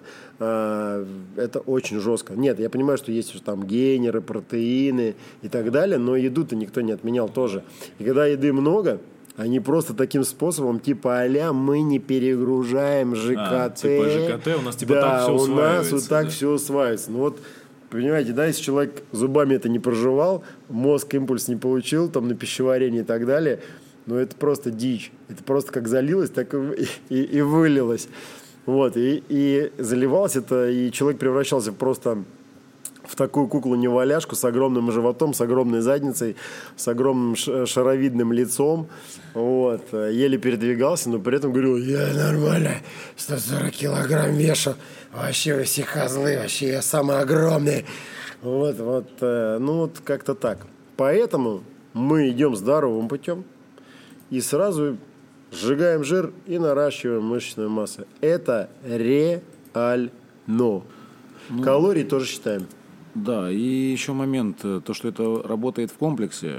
это очень жестко. Нет, я понимаю, что есть там гейнеры, протеины и так далее, но еду-то никто не отменял тоже. И когда еды много, они просто таким способом, типа а-ля мы не перегружаем ЖКТ. А, типа ЖКТ, у нас типа да, так все усваивается. у нас вот так да? все усваивается. Ну вот, понимаете, да, если человек зубами это не прожевал, мозг импульс не получил, там на пищеварение и так далее, ну это просто дичь. Это просто как залилось, так и, и, и вылилось. Вот, и, и заливалось это, и человек превращался просто в такую куклу-неваляшку с огромным животом, с огромной задницей, с огромным шаровидным лицом. Вот. Еле передвигался, но при этом говорил, я нормально, сто сорок килограмм вешу. Вообще вы все козлы, вообще я самый огромный. Вот, вот, ну вот как-то так. Поэтому мы идем здоровым путем и сразу сжигаем жир и наращиваем мышечную массу. Это реально. Ну, калории тоже считаем. Да, и еще момент, то, что это работает в комплексе,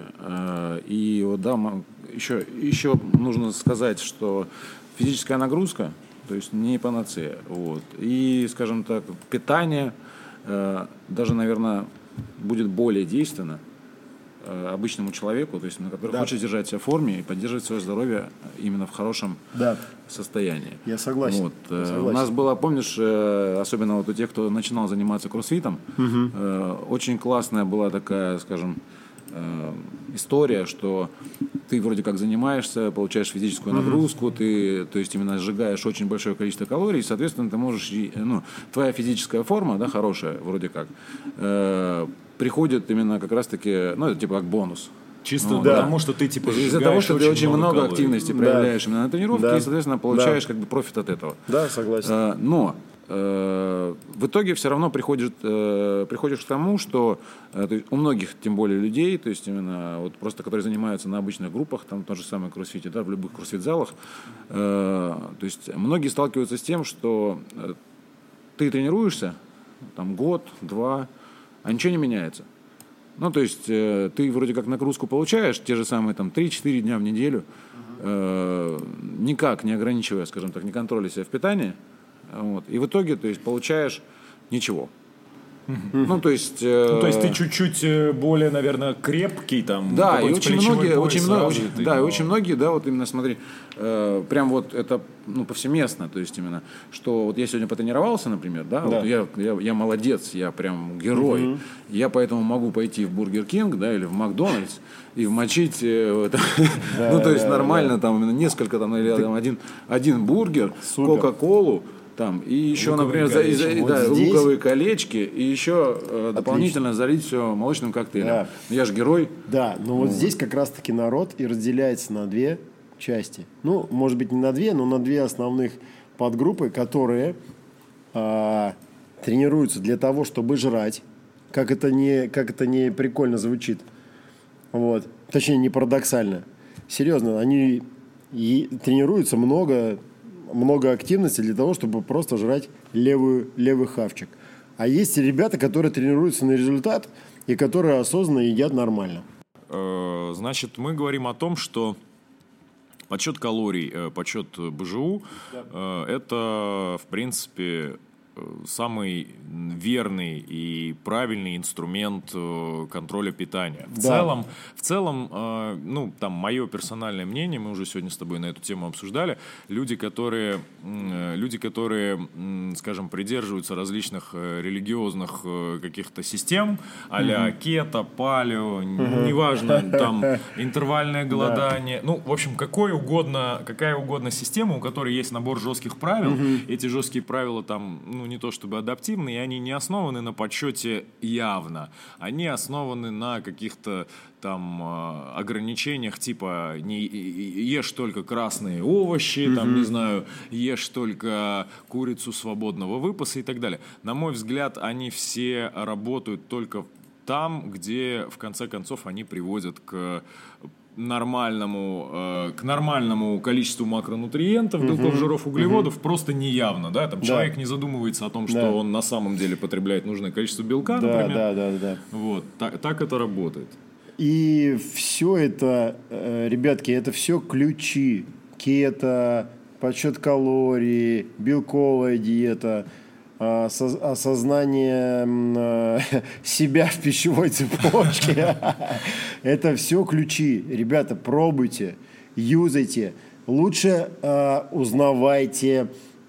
и вот, да, еще, еще нужно сказать, что физическая нагрузка, то есть не панацея, вот, и, скажем так, питание даже, наверное, будет более действенно обычному человеку, то есть, на который да. хочет держать себя в форме и поддерживать свое здоровье именно в хорошем да. состоянии. Я согласен. Вот. Я согласен. У нас было, помнишь, особенно вот у тех, кто начинал заниматься кроссфитом, угу. очень классная была такая, скажем, история, что ты вроде как занимаешься, получаешь физическую нагрузку, mm-hmm. ты, то есть именно сжигаешь очень большое количество калорий, и, соответственно, ты можешь, ну, твоя физическая форма, да, хорошая, вроде как, э, приходит именно как раз-таки, ну, это типа как бонус. Чисто ну, да. да. потому, что ты типа из-за того, что ты очень много, много активности да. проявляешь именно на тренировке, да. и, соответственно, получаешь да. как бы профит от этого. Да, согласен. Э, но в итоге все равно приходишь, э, приходишь к тому, что э, то есть у многих, тем более людей, то есть именно вот просто которые занимаются на обычных группах, там то же самое кроссфите, да, в любых кроссфит-залах, э, то есть многие сталкиваются с тем, что э, ты тренируешься там год, два, а ничего не меняется. Ну, то есть э, ты вроде как нагрузку получаешь, те же самые там три-четыре дня в неделю, э, никак не ограничивая, скажем так, не контроля себя в питании. Вот. И в итоге, то есть, получаешь ничего. Ну, то есть... Э... Ну, то есть, ты чуть-чуть более, наверное, крепкий там. Да, и очень многие, очень много, очень, да, но... и очень многие, да, вот именно, смотри, э, прям вот это, ну, повсеместно, то есть, именно, что вот я сегодня потренировался, например, да, да. Вот я, я, я молодец, я прям герой, угу. Я поэтому могу пойти в Бургер Кинг, да, или в Макдональдс и вмочить, э, да, ну, то есть, да, нормально, да. Там, несколько, там, или ты... один, один бургер, Супер. Кока-колу, там, и еще, луковые например, колечки. За, за, вот да, луковые колечки, и еще э, дополнительно залить все молочным коктейлем. Да. Я же герой. Да, но ну. вот здесь как раз-таки народ и разделяется на две части. Ну, может быть, не на две, но на две основных подгруппы, которые э, тренируются для того, чтобы жрать. Как это не, как это не прикольно звучит. Вот. Точнее, не парадоксально. Серьезно, они и тренируются много... много активности для того, чтобы просто жрать левую, левый хавчик. А есть ребята, которые тренируются на результат и которые осознанно едят нормально. Значит, мы говорим о том, что подсчет калорий, подсчет БЖУ, да. Это, в принципе, самый верный и правильный инструмент контроля питания. В Да. целом, в целом, ну, там, мое персональное мнение, мы уже сегодня с тобой на эту тему обсуждали, люди, которые, люди, которые, скажем, придерживаются различных религиозных каких-то систем, а-ля mm-hmm. кето, палео, mm-hmm. неважно, там, интервальное голодание, да. ну, в общем, какой угодно, какая угодно система, у которой есть набор жестких правил, mm-hmm. эти жесткие правила там, ну, не то чтобы адаптивны, и они не основаны на подсчете явно, они основаны на каких-то там ограничениях, типа не ешь только красные овощи, mm-hmm. там, не знаю, ешь только курицу свободного выпаса и так далее. На мой взгляд, они все работают только там, где, в конце концов, они приводят к нормальному, э, к нормальному количеству макронутриентов, белков, uh-huh. жиров, углеводов, uh-huh. просто неявно, да, там да. человек не задумывается о том, что да. он на самом деле потребляет нужное количество белка, да, например. Да, да, да. Вот, так, так это работает. И все это, ребятки, это все ключи. Кето, подсчет калорий, белковая диета, осознание себя в пищевой цепочке. Это все ключи. Ребята, пробуйте, юзайте. Лучше узнавайте,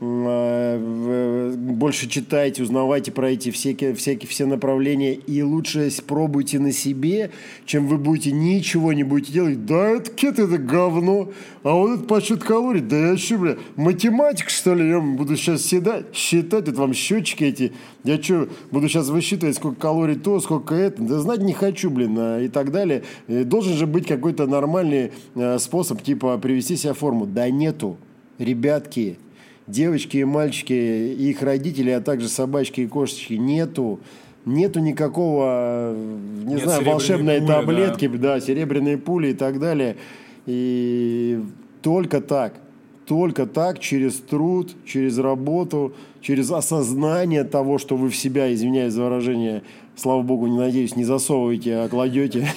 больше читайте, узнавайте про эти всякие, всякие все направления, и лучше пробуйте на себе, чем вы будете ничего не будете делать. Да, это кето, это говно, а вот это подсчет калорий, да я что, бля, математик, что ли, я буду сейчас седать, считать, это вам счетчики эти, я что, буду сейчас высчитывать, сколько калорий то, сколько это, да знать не хочу, блин, и так далее. Должен же быть какой-то нормальный способ, типа, привести себя в форму. Да нету, ребятки. Девочки и мальчики, и их родители, а также собачки и кошечки, нету, нету никакого, не Нет знаю, волшебной пули, таблетки, да. да, серебряные пули и так далее. И только так, только так, через труд, через работу, через осознание того, что вы в себя, извиняюсь за выражение, слава богу, не надеюсь, не засовываете, а кладете,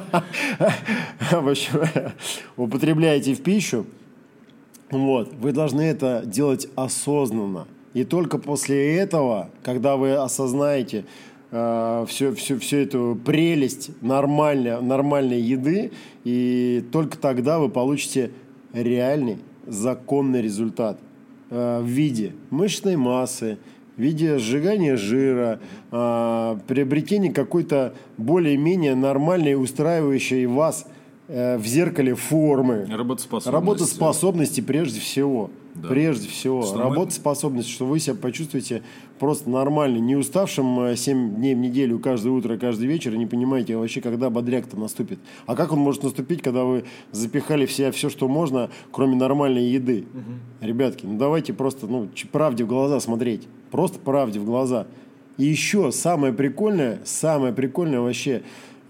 в общем, употребляете в пищу. Вот. Вы должны это делать осознанно. И только после этого, когда вы осознаете э, всю, всю, всю эту прелесть нормальной, нормальной еды, и только тогда вы получите реальный, законный результат э, в виде мышечной массы, в виде сжигания жира, э, приобретения какой-то более-менее нормальной, устраивающей вас в зеркале формы. Работоспособности. Работоспособности прежде всего. Да. Прежде всего. Что Работоспособность, мы... что вы себя почувствуете просто нормально, не уставшим семь дней в неделю, каждое утро, каждый вечер, и не понимаете вообще, когда бодряк-то наступит. А как он может наступить, когда вы запихали в себя все, что можно, кроме нормальной еды? Угу. Ребятки, ну давайте просто ну, правде в глаза смотреть. Просто правде в глаза. И еще самое прикольное, самое прикольное вообще,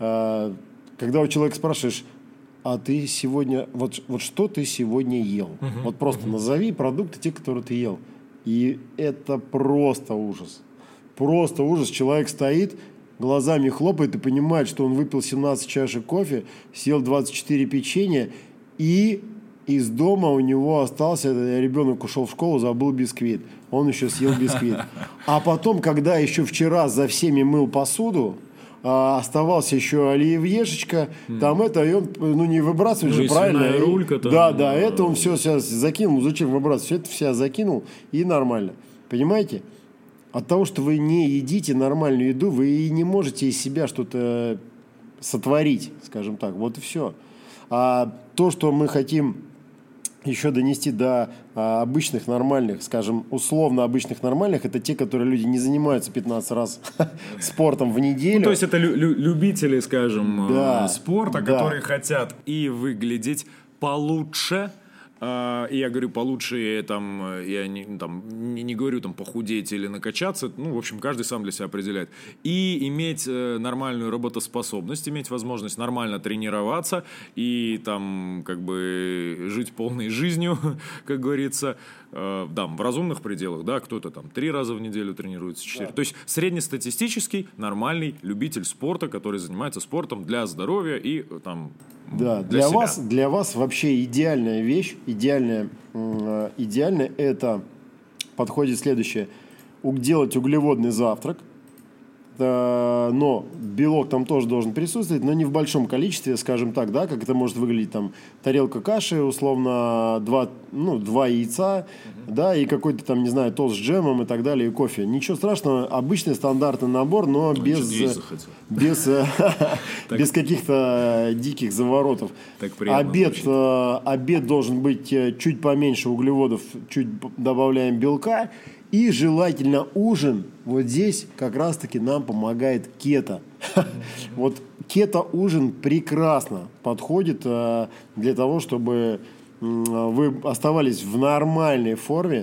э, когда у человека спрашиваешь, а ты сегодня, вот, вот что ты сегодня ел? Uh-huh. Вот просто uh-huh. назови продукты, те, которые ты ел. И это просто ужас. Просто ужас. Человек стоит, глазами хлопает и понимает, что он выпил семнадцать чашек кофе, съел двадцать четыре печенья, и из дома у него остался, ребенок ушел в школу, забыл бисквит. Он еще съел бисквит. А потом, когда еще вчера за всеми мыл посуду, А, оставался еще оливьешечка, mm. там это, и он, ну, не выбрасывает же, правильно? Рулька, там, да, да, это он все сейчас закинул, зачем выбрасывать? Все это вся закинул, и нормально. Понимаете? От того, что вы не едите нормальную еду, вы не можете из себя что-то сотворить, скажем так, вот и все. А то, что мы хотим еще донести до а, обычных нормальных, скажем, условно обычных нормальных, это те, которые люди не занимаются пятнадцать раз спортом в неделю. Ну, то есть это лю- лю- любители, скажем, да, спорта, да. которые хотят и выглядеть получше. И я говорю получше, там, я не, там, не, не говорю там, похудеть или накачаться, ну, в общем, каждый сам для себя определяет. И иметь нормальную работоспособность, иметь возможность нормально тренироваться и там, как бы, жить полной жизнью, как говорится, да, в разумных пределах, да, кто-то там три раза в неделю тренируется, четыре. Да. То есть среднестатистический, нормальный любитель спорта, который занимается спортом для здоровья и там... Да, для, для вас, для вас вообще идеальная вещь, идеальная, идеальная это подходит следующее. делать углеводный завтрак, но белок там тоже должен присутствовать, но не в большом количестве, скажем так, да, как это может выглядеть там тарелка каши, условно, два, ну, два яйца, uh-huh. да, и какой-то там, не знаю, тост с джемом и так далее, и кофе. Ничего страшного, обычный стандартный набор, но ну, без, без, без каких-то диких заворотов. Обед, обед должен быть чуть поменьше углеводов, чуть добавляем белка. И желательно ужин, вот здесь как раз-таки нам помогает кето. Вот кето-ужин прекрасно подходит для того, чтобы вы оставались в нормальной форме.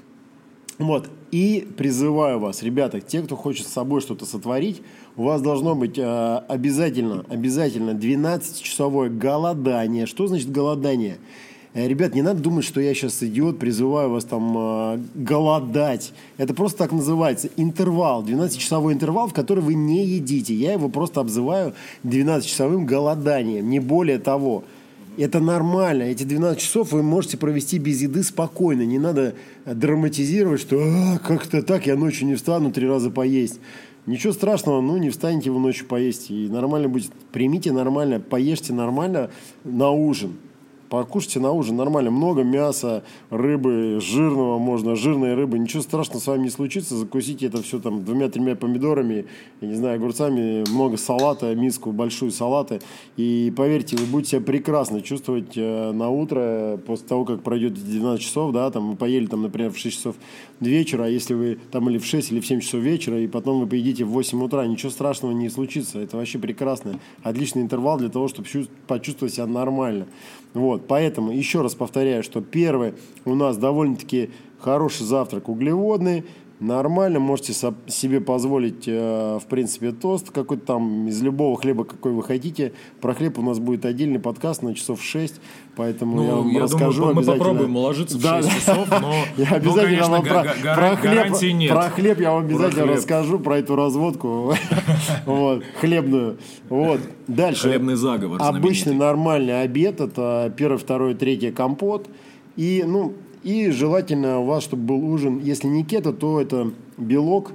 Вот. И призываю вас, ребята, те, кто хочет с собой что-то сотворить, у вас должно быть обязательно, обязательно двенадцатичасовое голодание. Что значит голодание? Ребят, не надо думать, что я сейчас идиот, призываю вас там э, голодать. Это просто так называется интервал, двенадцатичасовой интервал, в который вы не едите. Я его просто обзываю двенадцатичасовым голоданием, не более того. Это нормально. Эти двенадцать часов вы можете провести без еды спокойно. Не надо драматизировать, что а, как-то так, я ночью не встану три раза поесть. Ничего страшного, ну не встанете вы ночью поесть, и нормально будет. Примите нормально, поешьте нормально на ужин. Покушайте на ужин нормально. Много мяса, рыбы, жирного можно, жирной рыбы. Ничего страшного с вами не случится. Закусите это все там двумя-тремя помидорами, я не знаю, огурцами, много салата, миску большую салата. И поверьте, вы будете себя прекрасно чувствовать э, на утро, после того, как пройдет двенадцать часов, да, там вы поели, там, например, в шесть часов вечера, а если вы там или в шесть, или в семь часов вечера, и потом вы поедите в восемь утра, ничего страшного не случится. Это вообще прекрасно. Отличный интервал для того, чтобы почувствовать себя нормально. Вот, поэтому еще раз повторяю, что первый у нас довольно-таки хороший завтрак углеводный, нормально, можете со- себе позволить, э, в принципе, тост какой-то там из любого хлеба, какой вы хотите. Про хлеб у нас будет отдельный подкаст на часов шесть, поэтому ну, я вам я расскажу думаю, обязательно. Мы попробуем уложиться в да, шесть часов, но, я обязательно ну, конечно, вам про, га- га- про, хлеб, гарантии нет. Про хлеб я вам обязательно про расскажу, про эту разводку вот, хлебную. Вот. Дальше. Хлебный заговор обычный нормальный обед, это первый, второй, третий компот. И, ну, и желательно у вас, чтобы был ужин, если не кето, то это белок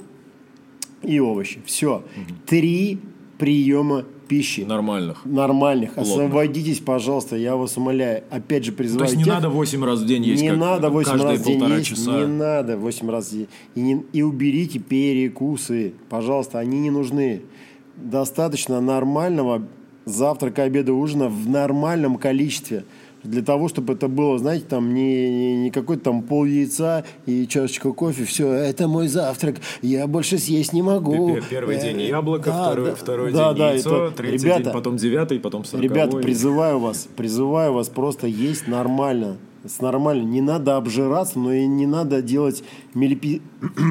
и овощи. Все. Угу. Три приема пищи. Нормальных. Нормальных. Плотных. Освободитесь, пожалуйста, я вас умоляю. Опять же призываю тех... То есть тех... не надо восемь раз в день есть, не как надо восемь раз в день есть, часа. не надо восемь раз в день. И, не... и уберите перекусы. Пожалуйста, они не нужны. Достаточно нормального завтрака, обеда, ужина в нормальном количестве. Для того, чтобы это было, знаете, там не, не, не какой-то там пол яйца и чашечка кофе, все, это мой завтрак, я больше съесть не могу. Первый день яблоко, да, второй, да, второй да, день да, яйцо, это, третий ребята, день, потом девятый, потом сороковой. Ребята, призываю вас, призываю вас просто есть нормально. С нормально. Не надо обжираться, но и не надо делать мелипи...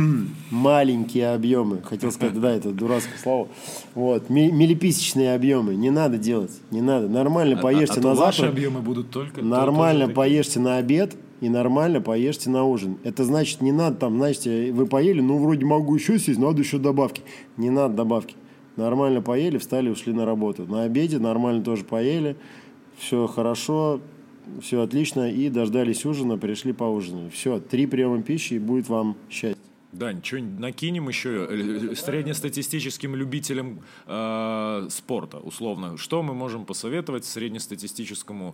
маленькие объемы. Хотел сказать, да, это дурацкое слово. Вот. Милиписечные объемы. Не надо делать. Не надо. Нормально а, поешьте а, а на завтрак. Ваши объемы будут только... Нормально поешьте на обед и нормально поешьте на ужин. Это значит, не надо там, знаете, вы поели, ну, вроде могу еще съесть, надо еще добавки. Не надо добавки. Нормально поели, встали, ушли на работу. На обеде нормально тоже поели. Все хорошо. Все отлично, и дождались ужина, пришли поужинали. Все, три приема пищи, и будет вам счастье. Да, ничего накинем еще среднестатистическим любителям э, спорта, условно. Что мы можем посоветовать среднестатистическому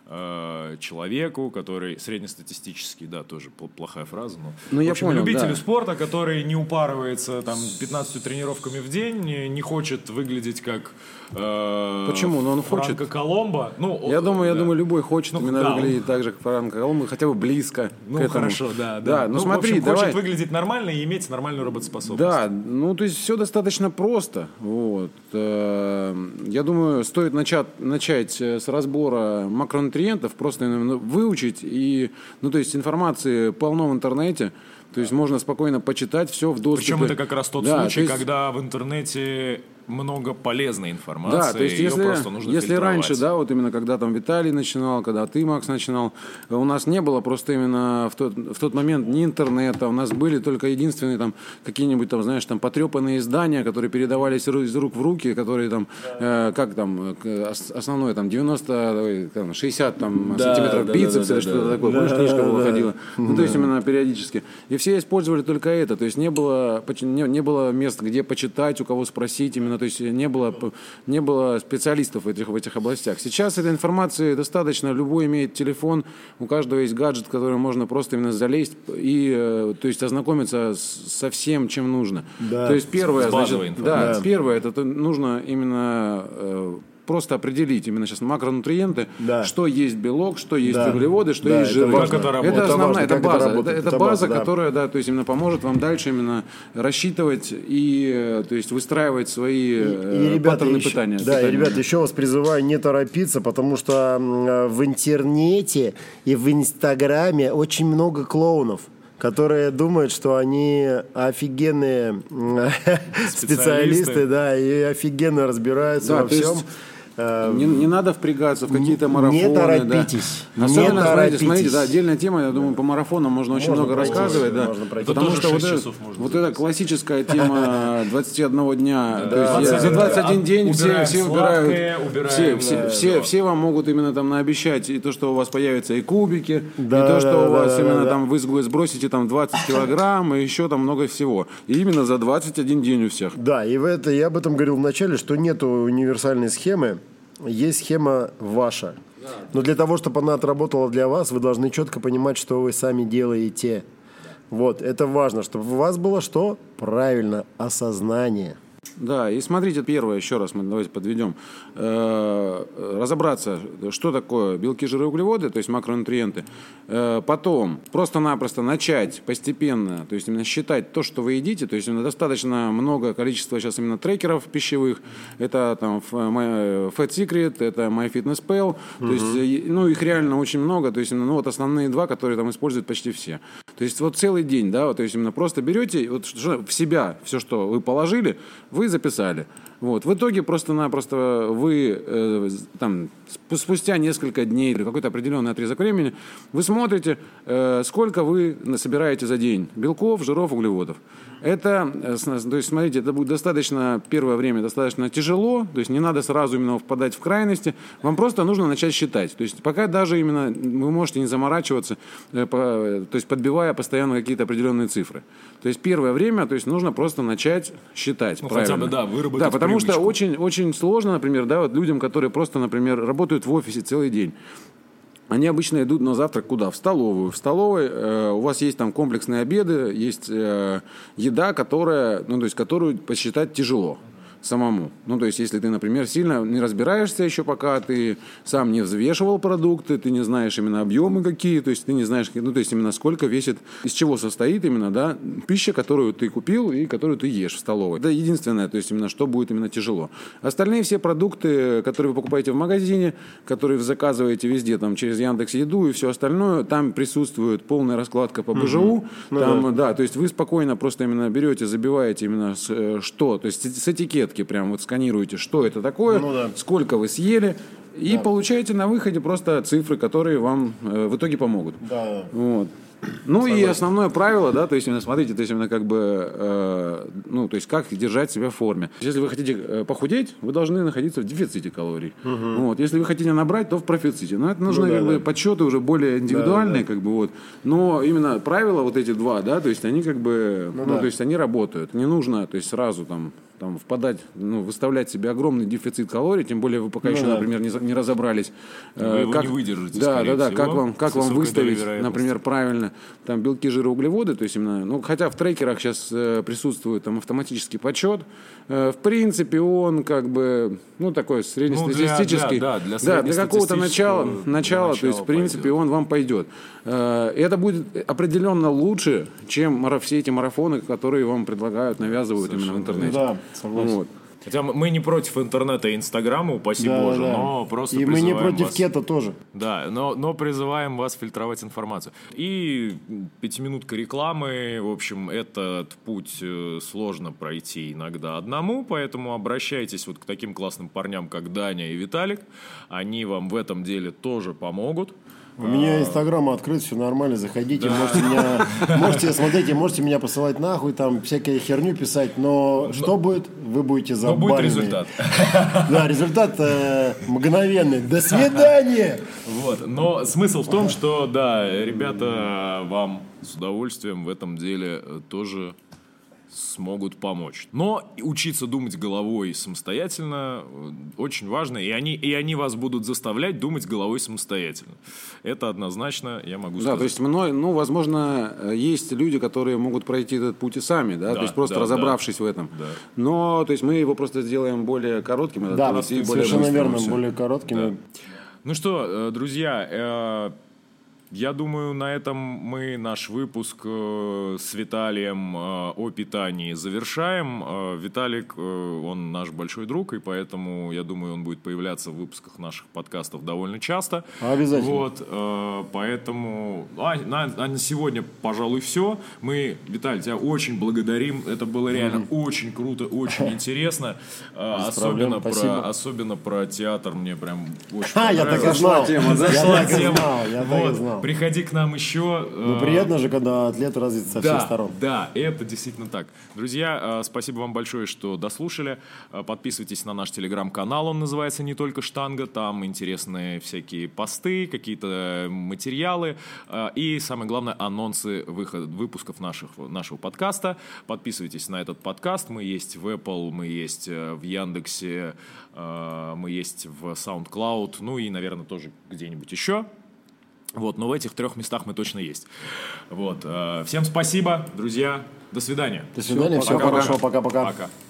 э, человеку, который среднестатистический, да, тоже плохая фраза, но, ну, в я общем, понял, любителю да. спорта, который не упарывается там пятнадцатью тренировками в день, не, не хочет выглядеть как э, почему? Но он Франко хочет. Коломбо. Ну, я думаю, да. я думаю, любой хочет ну, именно да, выглядеть он... так же, как Франко Коломбо, хотя бы близко ну, к этому. хорошо, да, да. да. Ну, ну смотри, в общем, давай. хочет выглядеть нормально и иметь нормальную работоспособность. Да, ну то есть все достаточно просто. Вот. Я думаю, стоит начать, начать с разбора макронутриентов, просто выучить. И, ну, то есть информации полно в интернете. То есть можно спокойно почитать все в доступе. Причем это как раз тот да, случай, есть... когда в интернете много полезной информации. Да, то есть ее если, просто нужно если фильтровать. раньше, да, вот именно когда там Виталий начинал, когда ты, Макс, начинал, у нас не было просто именно в тот, в тот момент ни интернета, у нас были только единственные там какие-нибудь там, знаешь, там потрепанные издания, которые передавались из рук в руки, которые там, э, как там, основное там девяносто, там, шестьдесят там, да, сантиметров да, бицепс да, да, или что-то да, такое, да, помнишь, книжка да, выходила, да. Ну, то есть именно периодически. И все использовали только это, то есть не было, не, не было мест, где почитать, у кого спросить именно, то есть не было, не было специалистов в этих, в этих областях. Сейчас этой информации достаточно, любой имеет телефон, у каждого есть гаджет, в который можно просто именно залезть и, то есть, ознакомиться со всем, чем нужно. Да. То есть первое, значит, да, да. первое, это нужно именно просто определить именно сейчас макронутриенты, да. что есть белок, что есть да. углеводы, что да, есть жиры. Это, это, это основная, это, это база, это, это, это, это база, да. которая, да, то есть именно поможет вам дальше именно рассчитывать и, то есть выстраивать свои и, и, ребята, паттерны еще, питания. Да, питания. И, ребята, еще вас призываю не торопиться, потому что в интернете и в Инстаграме очень много клоунов, которые думают, что они офигенные специалисты, специалисты да, и офигенно разбираются да, во всем. Есть... Не, не надо впрягаться в какие-то марафоны. Не торопитесь. Да. Особенно, не смотрите, смотрите, да, отдельная тема, я думаю, по марафонам можно очень можно много пройти, рассказывать. Да. Потому что вот, это, вот эта классическая тема двадцать один дня, то есть за двадцать один день все, все убирают, все, все, все, все вам могут именно там наобещать и то, что у вас появятся и кубики, да, и то, что да, у вас да, именно да, там вы сбросите там двадцать килограмм и еще там много всего. И именно за двадцать один день у всех. Да, и в это, я об этом говорил в начале, что нету универсальной схемы. Есть схема ваша. Но для того, чтобы она отработала для вас, вы должны четко понимать, что вы сами делаете. Вот, это важно, чтобы у вас было что? Правильно, осознание. Да, и смотрите, первое, еще раз мы давайте подведем. Э, разобраться, что такое белки, жиры, углеводы, то есть макронутриенты. Э, потом просто-напросто начать постепенно, то есть именно считать то, что вы едите, то есть именно достаточно много количества сейчас именно трекеров пищевых. Это там Fat Secret, это MyFitnessPal, угу. то есть, ну, их реально очень много, то есть именно, ну, вот основные два, которые там используют почти все. То есть вот целый день, да, вот, то есть именно просто берете вот, что, в себя все, что вы положили, вы записали. Вот. В итоге просто-напросто вы э, там, спустя несколько дней или какой-то определенный отрезок времени вы смотрите, э, сколько вы собираете за день белков, жиров, углеводов. Это, то есть, смотрите, это будет достаточно, первое время достаточно тяжело, то есть не надо сразу именно впадать в крайности, вам просто нужно начать считать. То есть пока даже именно вы можете не заморачиваться, то есть подбивая постоянно какие-то определенные цифры. То есть первое время, то есть нужно просто начать считать, ну, правильно. Хотя бы, да, выработать да, потому привычку. Что очень, очень сложно, например, да, вот людям, которые просто, например, работают в офисе целый день. Они обычно идут на завтрак куда? В столовую. В столовой э, у вас есть там комплексные обеды, есть э, еда, которая, ну, то есть, которую посчитать тяжело самому. Ну, то есть, если ты, например, сильно не разбираешься еще пока, ты сам не взвешивал продукты, ты не знаешь именно объемы какие, то есть, ты не знаешь, ну, то есть, именно сколько весит, из чего состоит именно, да, пища, которую ты купил и которую ты ешь в столовой. Это единственное, то есть, именно, что будет именно тяжело. Остальные все продукты, которые вы покупаете в магазине, которые вы заказываете везде, там, через Яндекс.Еду и все остальное, там присутствует полная раскладка по БЖУ, угу. там, ну, да. да, то есть, вы спокойно просто именно берете, забиваете именно с, что, то есть, с этикетки прям вот сканируете, что это такое, ну, да. сколько вы съели, и да. получаете на выходе просто цифры, которые вам э, в итоге помогут. Да. Вот. Ну Согласен. И основное правило, да, то есть именно смотрите, то есть именно как бы, э, ну, то есть как держать себя в форме. Если вы хотите э, похудеть, вы должны находиться в дефиците калорий. Угу. Вот. Если вы хотите набрать, то в профиците. Но это нужны ну, да, как да. бы подсчеты уже более индивидуальные, да, да. как бы вот. Но именно правила вот эти два, да, то есть они как бы, ну, ну да. то есть они работают. Не нужно, то есть сразу там. Там, впадать, ну, выставлять себе огромный дефицит калорий, тем более вы пока ну, еще, да. например, не, не разобрались. Вы э, его как, не выдержите, да, да, да, всего, как вам, как вам выставить, например, правильно там белки, жиры, углеводы, то есть именно, ну, хотя в трекерах сейчас э, присутствует там автоматический подсчет, э, в принципе, он как бы, ну, такой среднестатистический, ну, для, для, да, для, да, для какого-то начала, начала, то есть, в принципе, пойдет. Он вам пойдет. Э, и это будет определенно лучше, чем все эти марафоны, которые вам предлагают, навязывают Совершенно именно в интернете. Да. Согласен. Вот. Хотя мы не против интернета и Инстаграма, упаси Да, Боже, да. но просто И мы не призываем против вас... кета тоже. Да, но, но призываем вас фильтровать информацию. И пятиминутка рекламы. В общем, этот путь э, сложно пройти иногда одному, поэтому обращайтесь вот к таким классным парням, как Даня и Виталик. Они вам в этом деле тоже помогут. У меня Инстаграм открыт, все нормально, заходите, можете меня, можете, смотрите, можете меня посылать нахуй, там всякую херню писать, но что будет, вы будете Но забанены. будет результат. Да, результат э, мгновенный. До свидания! Вот. Но смысл в том, что, да, ребята вам с удовольствием в этом деле тоже смогут помочь. Но учиться думать головой самостоятельно очень важно, и они, и они вас будут заставлять думать головой самостоятельно. Это однозначно, я могу Да, сказать. то есть, мной, ну, возможно, есть люди, которые могут пройти этот путь и сами, да, Да, то есть просто да, разобравшись да. в этом. Да. Но, то есть, мы его просто сделаем более коротким, этот Да, путь, и более совершенно быстрым, верно, всё. более короткими. Ну что, друзья, э, я думаю, на этом мы наш выпуск э, с Виталием э, о питании завершаем. Э, Виталик, э, он наш большой друг, и поэтому, я думаю, он будет появляться в выпусках наших подкастов довольно часто. Обязательно. Вот, э, поэтому а, на, а на сегодня, пожалуй, все. Мы, Виталий, тебя очень благодарим. Это было реально mm-hmm. очень круто, очень интересно. Э, особенно, проблем, про, особенно про театр мне прям очень А, я так и понравилось. знал. Тема, да? Я Зашла так и тема. знал, я так и Вот. знал. Приходи к нам еще. Ну, приятно же, когда атлет развит со всех Да, сторон. да, это действительно так. Друзья, э, спасибо вам большое, что дослушали. Э, Подписывайтесь на наш телеграм-канал, он называется «Не только штанга». Там интересные всякие посты, какие-то материалы э, и, самое главное, анонсы выход, выпусков наших, нашего подкаста. Подписывайтесь на этот подкаст. Мы есть в Apple, мы есть э, в Яндексе, э, мы есть в SoundCloud, ну и, наверное, тоже где-нибудь еще. Вот, но в этих трех местах мы точно есть. Вот, э, всем спасибо, друзья. До свидания. До свидания, всего Пока-пока. хорошего, пока-пока. Пока.